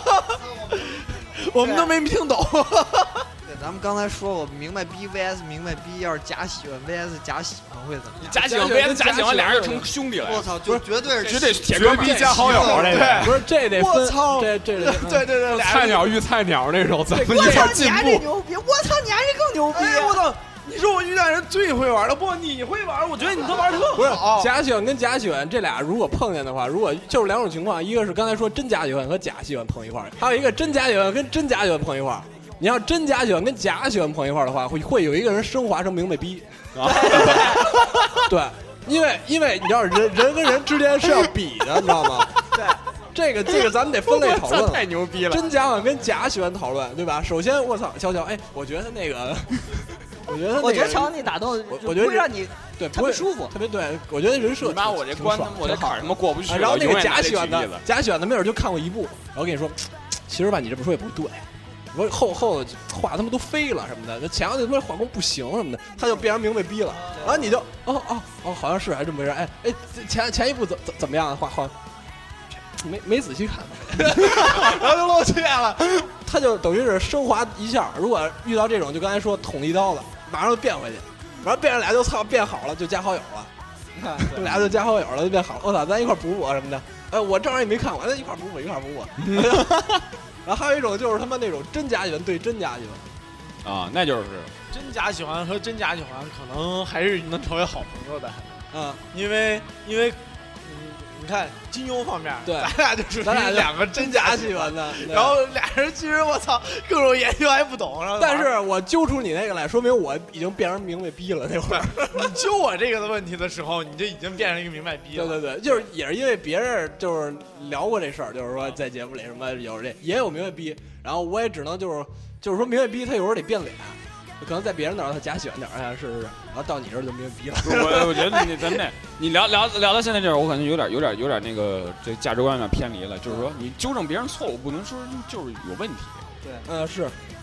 Speaker 4: 我们都没听懂。
Speaker 7: 咱们刚才说过，明白逼 vs 明白逼，要是假喜欢 vs 假喜欢会怎么样？
Speaker 3: 假喜欢 vs 假喜欢，俩人就成兄弟了。
Speaker 7: 我操，就绝对
Speaker 3: 是铁哥
Speaker 4: 逼加好友这个，
Speaker 1: 不是这得分。
Speaker 4: 我操，
Speaker 1: 这
Speaker 4: 对，
Speaker 6: 菜鸟遇菜鸟那种，咱们一块进步。
Speaker 2: 牛逼！我操，你还是更牛逼！
Speaker 4: 我操！你说我遇到人最会玩了，不，你会玩，我觉得你都玩得特好。
Speaker 1: 不是假喜欢跟假喜欢这俩如果碰见的话，如果就是两种情况，一个是刚才说真假喜欢和假喜欢碰一块儿，还有一个真假喜欢跟真假喜欢碰一块儿。你要真假喜欢跟假喜欢碰一块儿的话，会有一个人升华成明白逼啊。对，因为你知道人跟人之间是要比的，你知道吗？
Speaker 2: 对，
Speaker 1: 这个咱们得分类讨论。
Speaker 3: 太牛逼了！
Speaker 1: 真假喜欢跟假喜欢讨论，对吧？首先，我操，乔乔，我觉得那个，
Speaker 2: 我觉得乔那打斗，
Speaker 1: 我觉得
Speaker 2: 会让你
Speaker 1: 对
Speaker 2: 特别舒服，
Speaker 1: 特别对。我觉得人设
Speaker 3: 你把我这关，我这坎儿他妈过不去。
Speaker 1: 然后那个假喜欢的没准就看过一部，然后跟你说，其实吧，你这么说也不对。我后画他们都飞了什么的，那前头他妈画工不行什么的，他就变成明白逼了。然后你就好像是还这么回事。前一部怎么样？画没仔细看，
Speaker 4: 然后就露怯了。
Speaker 1: 他就等于是升华一下，如果遇到这种，就刚才说捅一刀了，马上就变回去，然后变成俩就变好了，就加好友了。俩就加好友了，就变好了。我操，咱一块补什么的。我正好也没看过，咱一块补。然后还有一种就是他妈那种真假喜欢对真假喜
Speaker 3: 欢，啊，那就是
Speaker 4: 真假喜欢和真假喜欢可能还是能成为好朋友的，因为你看金庸方面，
Speaker 1: 对，
Speaker 4: 咱俩两个真假喜欢的，然后俩人其实我操各种研究还不懂，
Speaker 1: 但是我揪出你那个来，说明我已经变成明白逼了。那会儿
Speaker 4: 你揪我这个的问题的时候，你就已经变成一个明白逼了。
Speaker 1: 对，就是也是因为别人就是聊过这事儿，就是说在节目里什么有这也有明白逼，然后我也只能就是说明白逼他有时候得变脸。可能在别人那儿他假喜欢点儿，是，然后到你这儿就明白逼了。
Speaker 3: 我觉得咱们你聊到现在这儿，我可能有点那个这价值观有点偏离了。就是说，你纠正别人错误，不能说就是有问题。
Speaker 1: 对，是，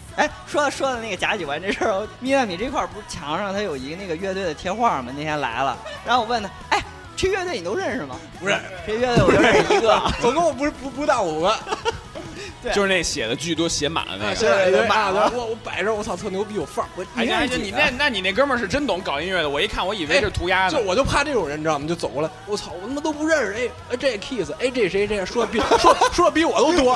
Speaker 2: 哎，说的那个假喜欢这事儿，米外米这块儿不是墙上他有一个那个乐队的贴画吗？那天来了，然后我问他，哎，这乐队你都认识吗？
Speaker 1: 不是，
Speaker 2: 这乐队我就认识一个，
Speaker 1: 总共不到5个。
Speaker 2: 对，
Speaker 3: 就是那写的巨多写满了那个，
Speaker 1: 写了一堆啊！我摆着，我操，特牛逼，有范儿。
Speaker 3: 你那哥们儿是真懂搞音乐的，我一看我以为是涂鸦的。
Speaker 1: 就我就怕这种人，你知道吗？就走过来，我操，我他妈都不认识。哎，这 Kiss， 哎，这谁这说比我都多。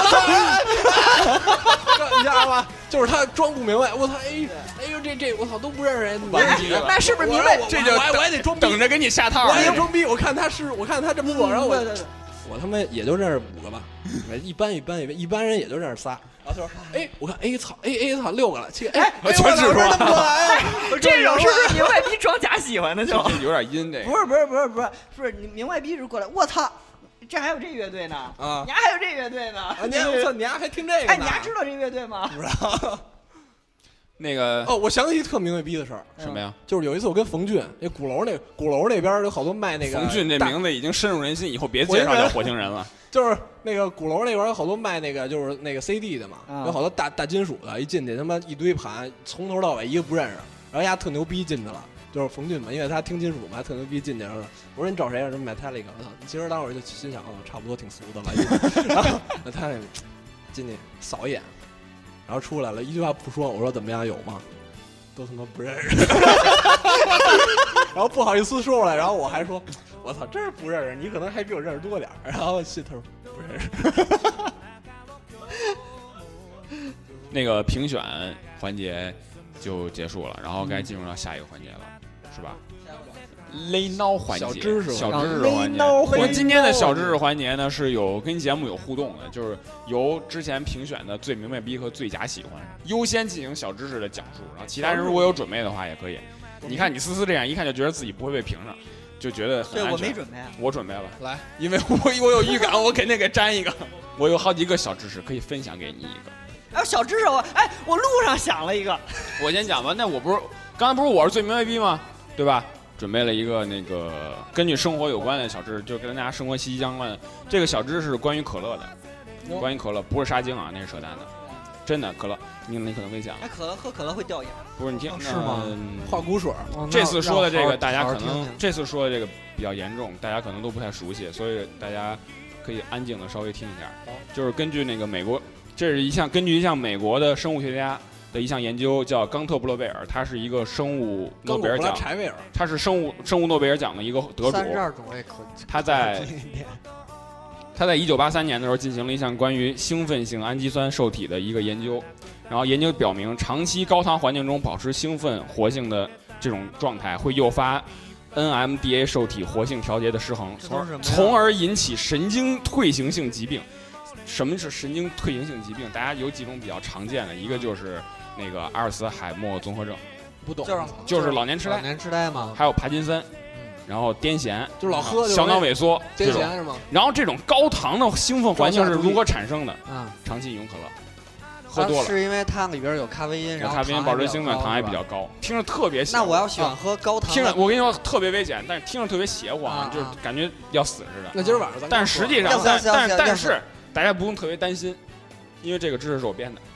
Speaker 1: 你知道吗？就是他装不明白，我操，哎呦这我操都不认识人，
Speaker 2: 那是不是明白？
Speaker 3: 这就
Speaker 1: 我还得装逼，
Speaker 3: 等着给你下套。
Speaker 1: 我还得装逼，我看他这么做，然后我他妈也就认识5个吧，一般人也就认识仨。然后他说：“哎，我看，哎操，6个了，7个，哎，
Speaker 3: 全指出来。
Speaker 2: 这种是不是明外逼装假喜欢的就？
Speaker 3: 有点阴这个。
Speaker 2: 不是，你明外逼是过来，我操，这还有这乐队呢
Speaker 1: 啊！
Speaker 2: 你还有这乐队呢？
Speaker 1: 你还听这个？
Speaker 2: 哎，你还知道这乐队吗？
Speaker 1: 不知道。”
Speaker 3: 那个
Speaker 1: 我想起一特明白逼的事儿，
Speaker 3: 什么呀？
Speaker 1: 就是有一次我跟冯俊，那鼓楼那边有好多卖那个。
Speaker 3: 冯俊这名字已经深入人心，以后别介绍叫火星人了。
Speaker 1: 就是那个鼓楼那边有好多卖那个就是那个 CD 的嘛，有好多大金属的，一进去他妈一堆盘，从头到尾一个不认识，然后人家特牛逼进去了，就是冯俊嘛，因为他听金属嘛，特牛逼进去了。我说你找谁啊？什么 Metallica？ 我操！其实当时我就心想，差不多挺俗的了。然后他进去扫一眼。然后出来了，一句话不说，我说怎么样，有吗？都他妈不认识。然后不好意思说出来，然后我还说，我操，真是不认识，你可能还比我认识多点。然后他说不认识。
Speaker 3: 那个评选环节就结束了，然后该进入到下一个环节了，是吧？勒孬环节，小知识环节。我今天的小知识环节呢是跟节目有互动的，就是由之前评选的最明白逼和最假喜欢优先进行小知识的讲述，然后其他人如果有准备的话也可以。你看你思这样，一看就觉得自己不会被评上，就觉得很安全。
Speaker 2: 对，我没准备，
Speaker 3: 我准备了，
Speaker 1: 来，
Speaker 3: 因为我有预感，我肯定给粘一个。我有好几个小知识可以分享给你一个。
Speaker 2: 哎，小知识我路上想了一个，
Speaker 3: 我先讲吧。那我不是刚才不是我是最明白逼吗？对吧？准备了一个那个根据生活有关的小知识，就跟大家生活息息相关。这个小知识是关于可乐的，关于可乐，不是沙精啊，那是扯淡的，真的可乐，你可能会想，
Speaker 2: 哎，喝可乐会掉眼，
Speaker 3: 不是你听
Speaker 1: 是吗？化骨水。
Speaker 3: 这次说的这个大家可能这次说的这个比较严重，大家可能都不太熟悉，所以大家可以安静的稍微听一下。就是根据那个美国，这是根据一项美国的生物学家的一项研究，叫冈特布洛贝尔，他是一个生物诺贝尔奖，他是生物诺贝尔奖的一个得主。
Speaker 7: 32种类可。
Speaker 3: 他在1983年的时候进行了一项关于兴奋性氨基酸受体的一个研究，然后研究表明，长期高糖环境中保持兴奋活性的这种状态会诱发 NMDA 受体活性调节的失衡，从而引起神经退行性疾病。什么是神经退行性疾病？大家有几种比较常见的，一个就是那个阿尔茨海默综合症，
Speaker 1: 不懂，
Speaker 3: 就是老年痴呆，
Speaker 7: 老年痴呆吗？
Speaker 3: 还有帕金森，然后癫痫，
Speaker 1: 就老喝，
Speaker 3: 小脑萎缩，
Speaker 1: 癫痫是吗？
Speaker 3: 然后这种高糖的兴奋环境是如何产生的？长期饮用可乐，喝多了，
Speaker 7: 是因为它里边有咖啡因，然后
Speaker 3: 咖啡因、保持兴奋，糖还比较高，听着特别。
Speaker 7: 那我要喜欢喝高糖，
Speaker 3: 听着我跟你说特别危险，但是听着特别邪乎啊，就是感觉要死似的。
Speaker 1: 那今儿晚上咱，
Speaker 3: 但实际上，但是大家不用特别担心，因为这个知识是我编的。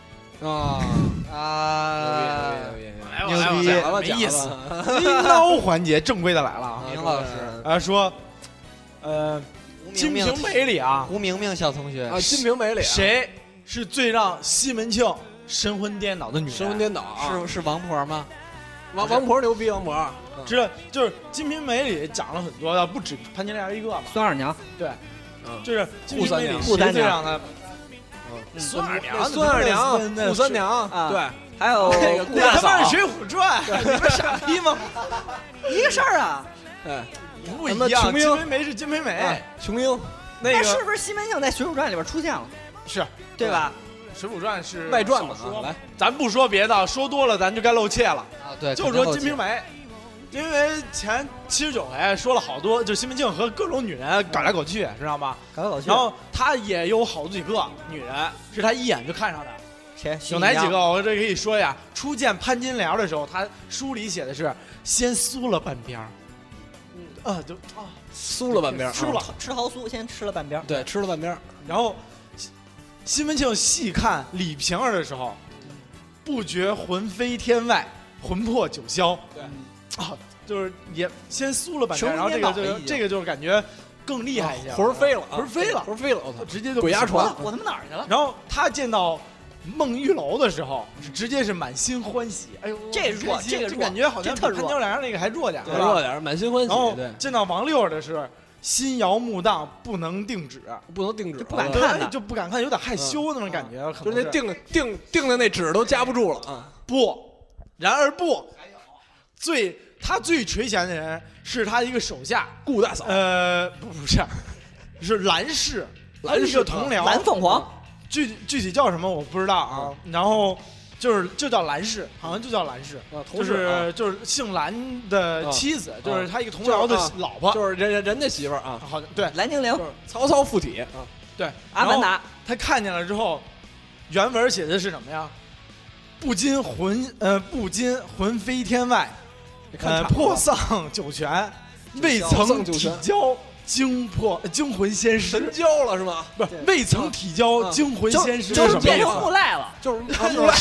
Speaker 7: 牛逼，
Speaker 4: 没意思。孬环节正规的来了啊，
Speaker 7: 明老师
Speaker 4: 说，金瓶梅里啊，
Speaker 7: 胡明明小同学
Speaker 1: 啊，金瓶梅里
Speaker 4: 谁是最让西门庆神魂颠倒的女人？
Speaker 1: 神魂颠倒
Speaker 7: 是王婆吗？
Speaker 1: 王婆牛逼，王婆。
Speaker 4: 知道，就是金瓶梅里讲了很多的，不止潘金莲一个嘛。
Speaker 2: 孙二娘，
Speaker 4: 对，就是金瓶梅里谁最让他。孙二娘、
Speaker 1: 扈三娘，对，
Speaker 2: 还有
Speaker 1: 那个
Speaker 4: 他妈是《水浒传》，你们傻逼吗？
Speaker 2: 一个事儿啊，
Speaker 1: 对，
Speaker 4: 不一样。金瓶梅是金瓶梅，
Speaker 1: 琼英，
Speaker 4: 那个
Speaker 2: 是不是西门庆在《水浒传》里边出现了？
Speaker 4: 是，
Speaker 2: 对吧？
Speaker 4: 《水浒传》是
Speaker 1: 外传嘛，
Speaker 4: 来，咱不说别的，说多了咱就该露怯了
Speaker 7: 啊。对，
Speaker 4: 就说金瓶梅，因为前79回说了好多，就西门庆和各种女人搞来搞去，知道吗？
Speaker 2: 搞来搞去。
Speaker 4: 然后他也有好几个女人是他一眼就看上的。
Speaker 2: 谁？
Speaker 4: 有哪几个？我这可以说呀。初见潘金莲的时候，他书里写的是先酥了半边儿。
Speaker 1: 酥了半边儿，
Speaker 2: 吃桃酥，先吃了半边儿。
Speaker 1: 对，吃了半边儿。
Speaker 4: 然后西门庆细看李瓶儿的时候， 不觉魂飞天外，魂魄九霄。
Speaker 1: 对，
Speaker 4: 就是也先酥了半天，然后这个就是感觉更厉害一些，
Speaker 1: 魂飞了，
Speaker 4: 魂飞了，
Speaker 1: 魂飞了，我操，
Speaker 4: 直接就
Speaker 1: 鬼压床，
Speaker 2: 我他妈哪儿去了？
Speaker 4: 然后他见到孟玉楼的时候，直接是满心欢喜。哎呦，
Speaker 2: 这弱，这个
Speaker 4: 就感觉好像比潘娇娘那个还弱点，
Speaker 1: 弱点，满心欢喜。
Speaker 4: 然后见到王六的是心摇目荡，不能定止，
Speaker 1: 不
Speaker 2: 不敢看的，
Speaker 4: 就不敢看，有点害羞那种感觉。
Speaker 1: 就是那定的那纸都夹不住了啊！
Speaker 4: 然而不，他最垂涎的人是他一个手下
Speaker 1: 顾大嫂。
Speaker 4: 不是，是蓝氏一个同僚，
Speaker 2: 蓝凤凰。
Speaker 4: 具体叫什么我不知道啊。然后就叫蓝氏，好像就叫蓝氏，就是姓蓝的妻子，就是他一个同僚的老婆，
Speaker 1: 就是人家媳妇儿啊。
Speaker 4: 好像对，
Speaker 2: 蓝精灵，
Speaker 1: 曹操附体啊。
Speaker 4: 对，
Speaker 2: 阿凡达。
Speaker 4: 他看见了之后，原文写的是什么呀？不禁魂飞天外，魄丧九泉，未曾体交惊魂仙师，
Speaker 1: 神交了是吗？
Speaker 4: 不是，未曾体交惊魂仙师，
Speaker 2: 就是变成木赖了，
Speaker 4: 就是变成木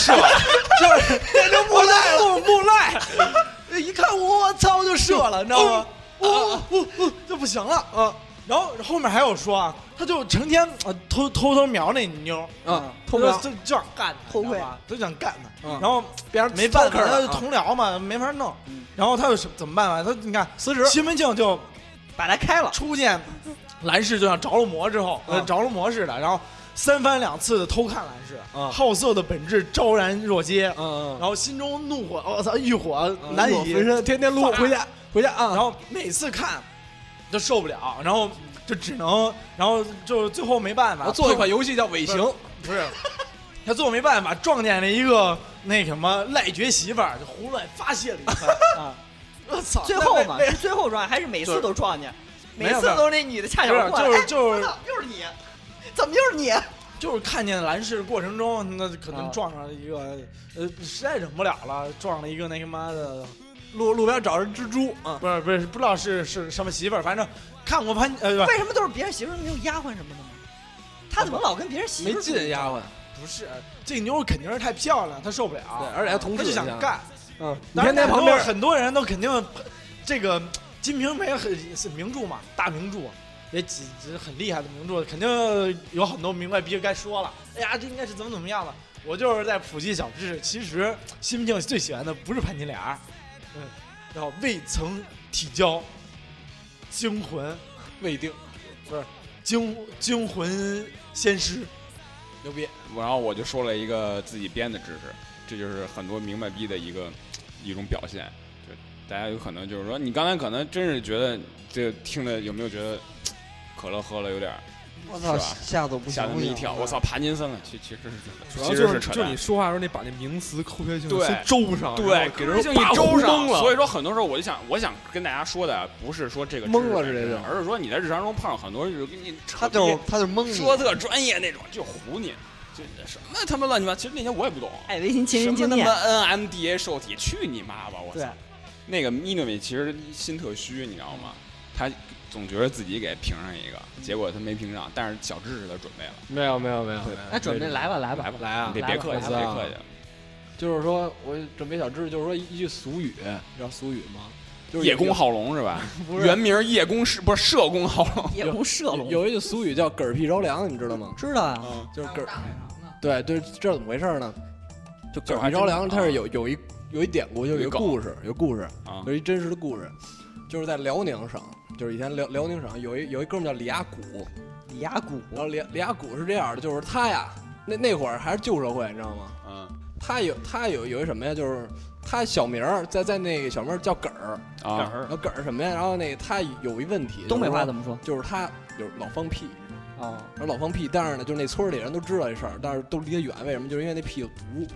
Speaker 4: 赖，一看我操就射了，你知道吗？就不行了啊！然后后面还有说啊，他就成天偷偷瞄那妞
Speaker 1: 啊，
Speaker 4: 偷瞄就想干他，
Speaker 2: 偷窥，
Speaker 4: 都想干他。然后别人没办法，他同僚嘛，没法弄。然后他就怎么办啊？他你看
Speaker 1: 辞职，
Speaker 4: 西门庆就
Speaker 2: 把他开了。
Speaker 4: 初见蓝氏就像着了魔之后，着了魔似的，然后三番两次的偷看蓝氏，好色的本质昭然若揭。然后心中怒火，我操，欲火难以
Speaker 1: 浑身，天天撸回家啊。
Speaker 4: 然后每次看就受不了，然后就只能，然后就最后没办法
Speaker 1: 做一款游戏叫尾行，
Speaker 4: 不是，他最后没办法撞见了一个那什么赖绝媳妇儿，就胡乱发泄了一番啊！我操！
Speaker 2: 最后嘛，是最后撞，还是每次都撞见？每次都是那女的恰巧过来，
Speaker 4: 就是
Speaker 2: 又是你，怎么又是你？
Speaker 4: 就是看见蓝氏过程中，那可能撞上了一个实在忍不了了，撞了一个那个妈的。
Speaker 1: 路边找人蜘蛛啊，
Speaker 4: 不是不知道是什么媳妇儿，反正看过为
Speaker 2: 什么都是别人媳妇儿没有丫鬟什么的吗？他怎么老跟别人媳妇儿
Speaker 1: 没进丫鬟？
Speaker 4: 不是，这妞肯定是太漂亮，他受不了，
Speaker 1: 对，而且还同时
Speaker 4: 他就想干，
Speaker 1: 天天旁边
Speaker 4: 很多人都肯定这个《金瓶梅》是名著嘛，大名著，也很厉害的名著，肯定有很多明白逼该说了，哎呀，这应该是怎么样了。我就是在普及小知识，其实西门庆最喜欢的不是潘金莲。然后未曾体交，惊魂
Speaker 1: 未定，
Speaker 4: 不是惊魂仙师，
Speaker 1: 牛逼！
Speaker 3: 然后我就说了一个自己编的知识，这就是很多明白逼的一种表现。就大家有可能就是说，你刚才可能真是觉得这听的有没有觉得可乐喝了有点？
Speaker 7: 我操，吓得
Speaker 3: 那么一跳，我操，帕金森了，其实
Speaker 6: 是就你说话的时候，你把那名词扣别性
Speaker 3: 对
Speaker 6: 周上，
Speaker 3: 对，
Speaker 6: 给人
Speaker 3: 一周上
Speaker 6: 了。
Speaker 3: 所以说，很多时候我想跟大家说的，不是说这个
Speaker 1: 懵了之类的，
Speaker 3: 而是说你在日常中碰上很多就是给你
Speaker 7: 他就懵你，
Speaker 3: 说特专业那种，就唬你，就什么他妈乱七八糟。其实那些我也不懂，
Speaker 2: 爱微信亲人经验，
Speaker 3: 什么他妈 NMDA 受体，去你妈吧！我
Speaker 2: 操，
Speaker 3: 那个米诺米其实心特虚，你知道吗？他总觉得自己给评上一个，结果他没评上，但是小知识他准备了。
Speaker 1: 没有。
Speaker 2: 那准备来吧，
Speaker 1: 来啊！
Speaker 3: 别客气，别客气。
Speaker 1: 就是说我准备小知识，就是说一句俗语，你知道俗语吗？就是
Speaker 3: 叶公好龙是吧？原名叶公不是社公好龙。
Speaker 2: 叶公社龙
Speaker 1: 有一句俗语叫“嗝屁着凉”，你知道吗？
Speaker 2: 知道啊，
Speaker 1: 就是嗝。对，这怎么回事呢？就嗝屁着凉，它是有一典故，就有一个故事，有一真实的故事，就是在辽宁省。就是以前辽宁省有一哥们叫李亚古，
Speaker 2: 然
Speaker 1: 后李亚古是这样的，就是他呀，那会儿还是旧社会，你知道吗？他有一什么呀？就是他小名在那个小名叫嗝儿
Speaker 3: 啊，
Speaker 1: 然后嗝儿什么呀？然后那个他有一问题，
Speaker 2: 东北话怎么说？
Speaker 1: 就是他有老放屁。
Speaker 2: 然
Speaker 1: 后老放屁，但是呢，就是那村里人都知道这事儿，但是都离得远，为什么？就是因为那屁有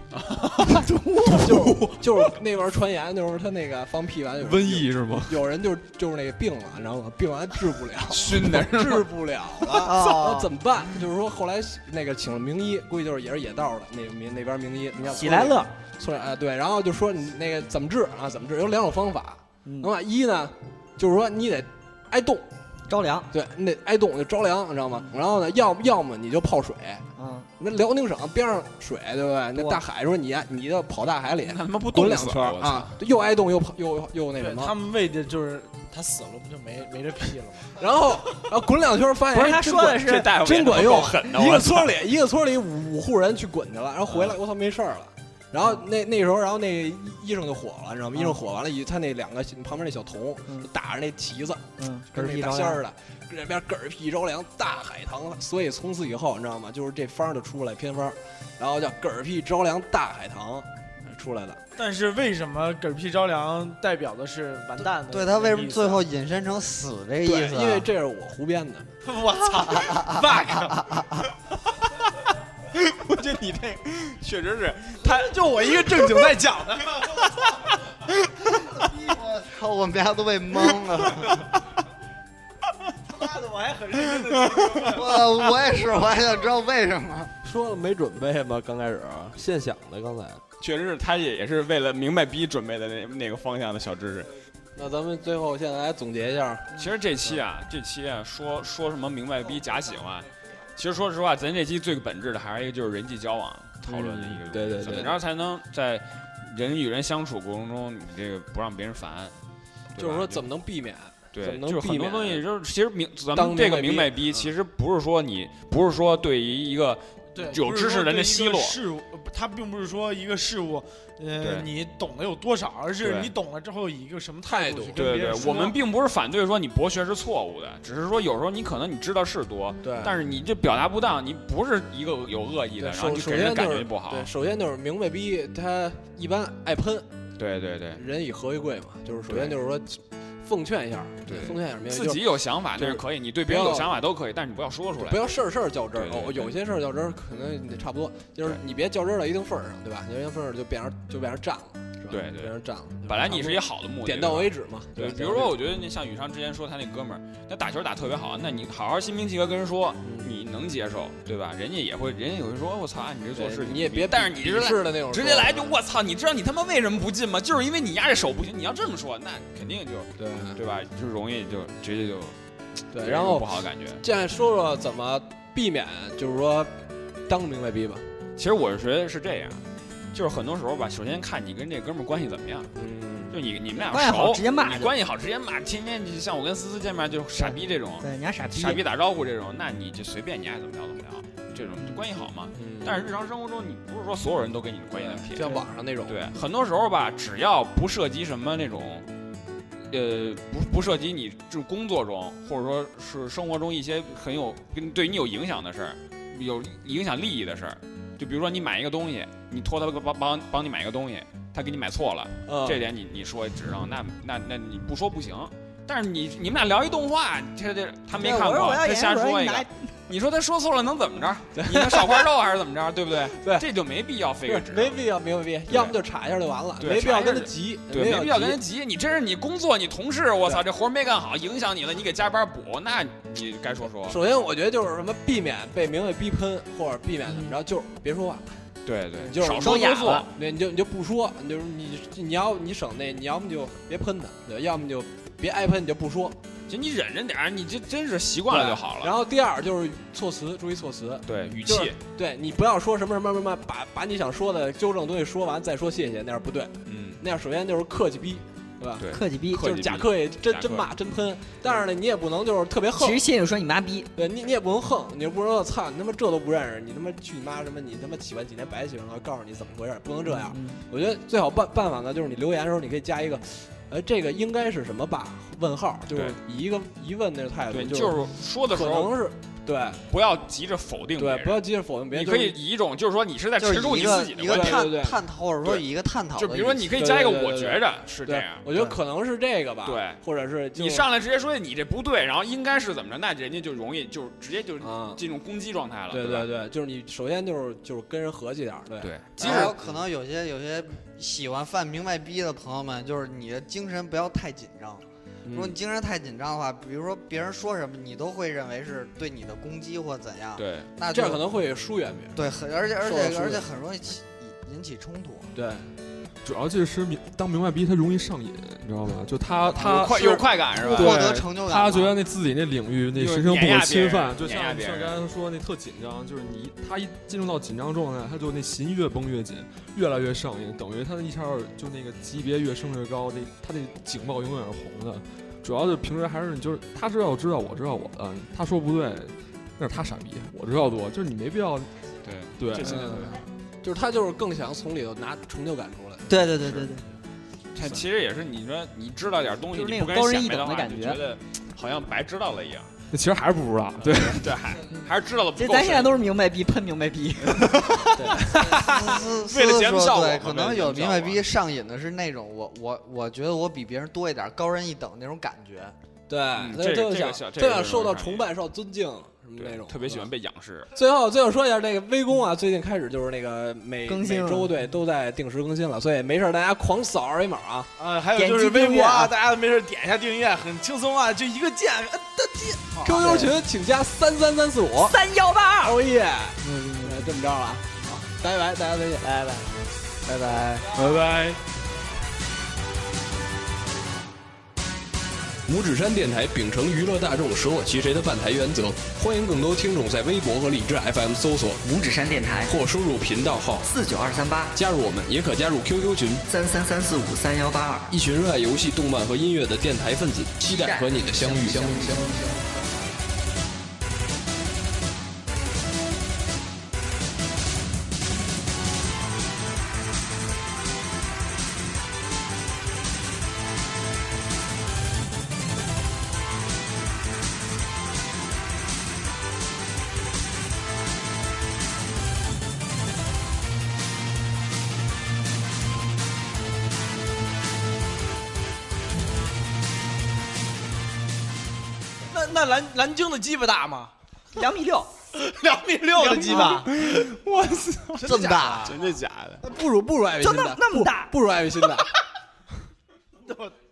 Speaker 1: 毒，就是那边传言，就是他那个放屁完
Speaker 6: 瘟疫是吗？
Speaker 1: 有人就是那个病了，然后病完治不了，
Speaker 3: 熏的
Speaker 1: 治不了了，怎么办？就是说后来那个请了名医，估计就是也是野道的那边名医，你看
Speaker 2: 喜来乐，
Speaker 1: 对，然后就说你那个怎么治啊？怎么治？有2种方法，一呢，就是说你得挨冻。
Speaker 2: 着凉。
Speaker 1: 对，那挨冻就着凉，你知道吗？然后呢，要么你就泡水。那辽宁省边上水，对不对？那大海说你就跑大海里，
Speaker 3: 那他妈不
Speaker 1: 滚2圈啊，又挨冻又那什么。
Speaker 4: 他们为的就是他死了不就没这屁了吗？
Speaker 1: 然后滚2圈，发现
Speaker 2: 不是他说的是
Speaker 1: 真管用，一个村里5户人去滚去了，然后回来我操没事了。然后那时候，然后那医生就火了，你知道吗？医生火完了，他那2个旁边那小童打着那旗子，跟那大仙儿的，这边嗝屁着凉大海棠，所以从此以后你知道吗？就是这方就出来偏方，然后叫嗝屁着凉大海棠出来的。
Speaker 4: 但是为什么嗝屁着凉代表的是完蛋的？
Speaker 7: 对他为什么最后引申成死这个意思？
Speaker 1: 因为这是我胡编的。
Speaker 4: 我操 ，bug！
Speaker 3: 我觉得你这确实是，
Speaker 4: 就我一个正经在讲的。
Speaker 7: 我操，我们家都被蒙了。
Speaker 4: 妈的，我还很认真的听。
Speaker 7: 我也是，我还想知道为什么。
Speaker 1: 说了没准备吗？刚开始现想的，刚才
Speaker 3: 确实是他也是为了明白逼准备的那个方向的小知识。
Speaker 1: 那咱们最后现在来总结一下。
Speaker 3: 其实这期啊说什么明白逼假喜欢。其实说实话，咱这期最本质的还是一个就是人际交往讨论的一个，
Speaker 1: 对，
Speaker 3: 怎么着才能在人与人相处过程中，你这个不让别人烦，
Speaker 1: 就是说怎么能避免？
Speaker 3: 对，就是很多东西就是其实咱们这个明白逼，其实不是说对于一个有知识人的奚落
Speaker 4: 事物，它并不是说一个事物。你懂得有多少，而是你懂了之后以一个什么态度去跟别人说。
Speaker 3: 对，我们并不是反对说你博学是错误的，只是说有时候你可能你知道是多，
Speaker 1: 对，
Speaker 3: 但是你这表达不当，你不是一个有恶意的，然后你给人感觉不好。
Speaker 1: 对，首先就是明白逼，他一般爱喷。
Speaker 3: 对，
Speaker 1: 人以和为贵嘛，就是首先就是说。奉劝一下，奉劝一下，
Speaker 3: 自己有想法那是可以，你对别人有想法都可以，但是你不要说出来，
Speaker 1: 不要事儿较真儿。有些事儿较真儿，可能差不多，就是你别较真儿到一定份儿上，对吧？一定份儿就变成占了，是吧？
Speaker 3: 对，
Speaker 1: 变成占了。
Speaker 3: 本来你是一好的目的，
Speaker 1: 点到为止嘛。
Speaker 3: 对，比如说，我觉得那像宇昌之前说他那哥们儿，他打球打特别好，那你好好心平气和跟人说，你能接受，对吧？人家也会说，我操，你这做事
Speaker 1: 你也别，
Speaker 3: 但是你
Speaker 1: 是的那种，
Speaker 3: 直接来就我操，你知道你他妈为什么不进吗？就是因为你压这手不行。你要这么说，那肯定就对吧？就容易就直接就
Speaker 1: 对，然后
Speaker 3: 不好感觉。
Speaker 1: 现在说怎么避免，就是说当明白逼吧。
Speaker 3: 其实我是觉得是这样，就是很多时候吧，首先看你跟这哥们儿关系怎么样。就你们俩熟，
Speaker 2: 直接骂，
Speaker 3: 你关系好直接骂，天天像我跟思思见面就傻逼这种，
Speaker 2: 对，你还傻
Speaker 3: 逼打招呼这种，那你就随便你爱怎么聊怎么聊，这种就关系好嘛。但是日常生活中，你不是说所有人都跟你关系那么铁，
Speaker 1: 像网上那种。
Speaker 3: 对，很多时候吧，只要不涉及什么那种，不涉及你这工作中，或者说是生活中一些对你有影响的事儿，有影响利益的事儿，就比如说你买一个东西，你托他帮你买一个东西。他给你买错了，这点你说指正，那你不说不行。但是你们俩聊一动画，他没看过，他瞎说一个，你说他说错了能怎么着？你那少块肉还是怎么着？对不对？
Speaker 1: 对，
Speaker 3: 这就没必要费个指，
Speaker 1: 没必要，要么就查一下就完了，没必要跟他急，
Speaker 3: 对，没必要跟他急。你这是你工作，你同事，我操，这活没干好，影响你了，你给加班补，那你该说。
Speaker 1: 首先，我觉得就是什么避免被明白逼喷，或者避免怎么着，就是别说话。
Speaker 3: 对，
Speaker 1: 就是
Speaker 3: 少说多做，
Speaker 1: 对，你就不说，就是你省那，你要么就别喷他，对，要么就别挨喷，你就不说，
Speaker 3: 就你忍着点，你这真是习惯了就好了。
Speaker 1: 然后第二就是措辞，注意措辞，
Speaker 3: 对，语气，
Speaker 1: 对你不要说什么，把你想说的纠正东西说完再说谢谢，那样不对，那样首先就是客气逼。对吧？
Speaker 2: 对，客气逼
Speaker 1: 就是假客气，真骂真喷。但是呢，你也不能就是特别横。
Speaker 2: 其实心里说你妈逼，
Speaker 1: 对你也不能横，你就不能说操你他妈这都不认识，你他妈去你妈什么？你他妈起完几年白起了，告诉你怎么回事，不能这样。我觉得最好办法呢，就是你留言的时候你可以加一个，这个应该是什么吧？问号，就是以一个疑问那个态度。
Speaker 3: 对，就是说的时候
Speaker 1: 可能是。对，
Speaker 3: 不要急着否定别人，
Speaker 1: 对，不要急着否定别人。
Speaker 3: 你可以以一种就是说你是在持住你自己的观
Speaker 7: 点，探讨或者说以一个探讨。
Speaker 3: 就比如说你可以加一个我觉着是这样，
Speaker 1: 我觉得可能是这个吧，
Speaker 3: 对，
Speaker 1: 或者是
Speaker 3: 你上来直接说你这不对，然后应该是怎么着，那人家就容易就直接就进入攻击状态了。
Speaker 1: 对，就是你首先就是跟人和气点，
Speaker 3: 对。
Speaker 7: 即使可能有些喜欢犯明白逼的朋友们，就是你的精神不要太紧张。如果你精神太紧张的话，比如说别人说什么，你都会认为是对你的攻击或怎样。
Speaker 3: 对，
Speaker 7: 那
Speaker 1: 这样可能会疏远别人。
Speaker 7: 对，而且很容易引起冲突。
Speaker 1: 对，
Speaker 6: 主要就是当明白逼他容易上瘾，你知道吗？就他
Speaker 3: 有快感是吧？
Speaker 7: 获得成就感。
Speaker 6: 他觉得那自己那领域那神圣不可侵犯，就像
Speaker 3: 刚
Speaker 6: 才他说那特紧张，就是他一进入到紧张状态，他就那心越绷越紧，越来越上瘾，等于他一下就那个级别越升越高，他那警报永远是红的。主要是平时还是就是他知道我知道我知道我的，他说不对，那是他傻逼，我知道多，就是你没必要。对，
Speaker 1: 就是他就是更想从里头拿成就感出来。
Speaker 2: 对。
Speaker 3: 他其实也是你说你知道点东西，
Speaker 2: 就是那
Speaker 3: 种
Speaker 2: 高人一等的感觉，
Speaker 3: 觉得好像白知道了一样。
Speaker 6: 那其实还是不知道，对，
Speaker 3: 还是知道的不够。
Speaker 2: 咱现在都是明白逼喷明白逼。
Speaker 3: 为了节目效果，
Speaker 7: 对，可能有明白逼上瘾的是那种我觉得我比别人多一点，高人一等那种感觉。
Speaker 1: 对，
Speaker 3: 这
Speaker 1: 想受到崇拜，受到尊敬。那种
Speaker 3: 特别喜欢被仰视。
Speaker 1: 最后说一下这个微公啊，最近开始就是那个每周对都在定时更新了，所以没事大家狂扫二维码啊。
Speaker 4: 还有就是微博啊，大家没事点一下订阅，很轻松啊，就一个键，的键。
Speaker 1: QQ 群请加33345
Speaker 2: 318。
Speaker 1: 哦耶！这么着了啊，好，大家再见，拜拜。
Speaker 8: 五指山电台秉承娱乐大众舍我其谁的办台原则，欢迎更多听众在微博和荔枝 FM 搜索
Speaker 2: 五指山电台
Speaker 8: 或输入频道号
Speaker 2: 49238
Speaker 8: 加入我们，也可加入 QQ 群
Speaker 2: 333453182，
Speaker 8: 一群热爱游戏、动漫和音乐的电台分子，期待和你的相遇。
Speaker 4: 那蓝鲸的鸡巴大吗
Speaker 2: ？2.6米
Speaker 4: ，2.6米的鸡巴，我操，
Speaker 7: 这么大，
Speaker 3: 真的假的？
Speaker 1: 不如艾维新的，
Speaker 2: 那么大，
Speaker 1: 不如艾维新的。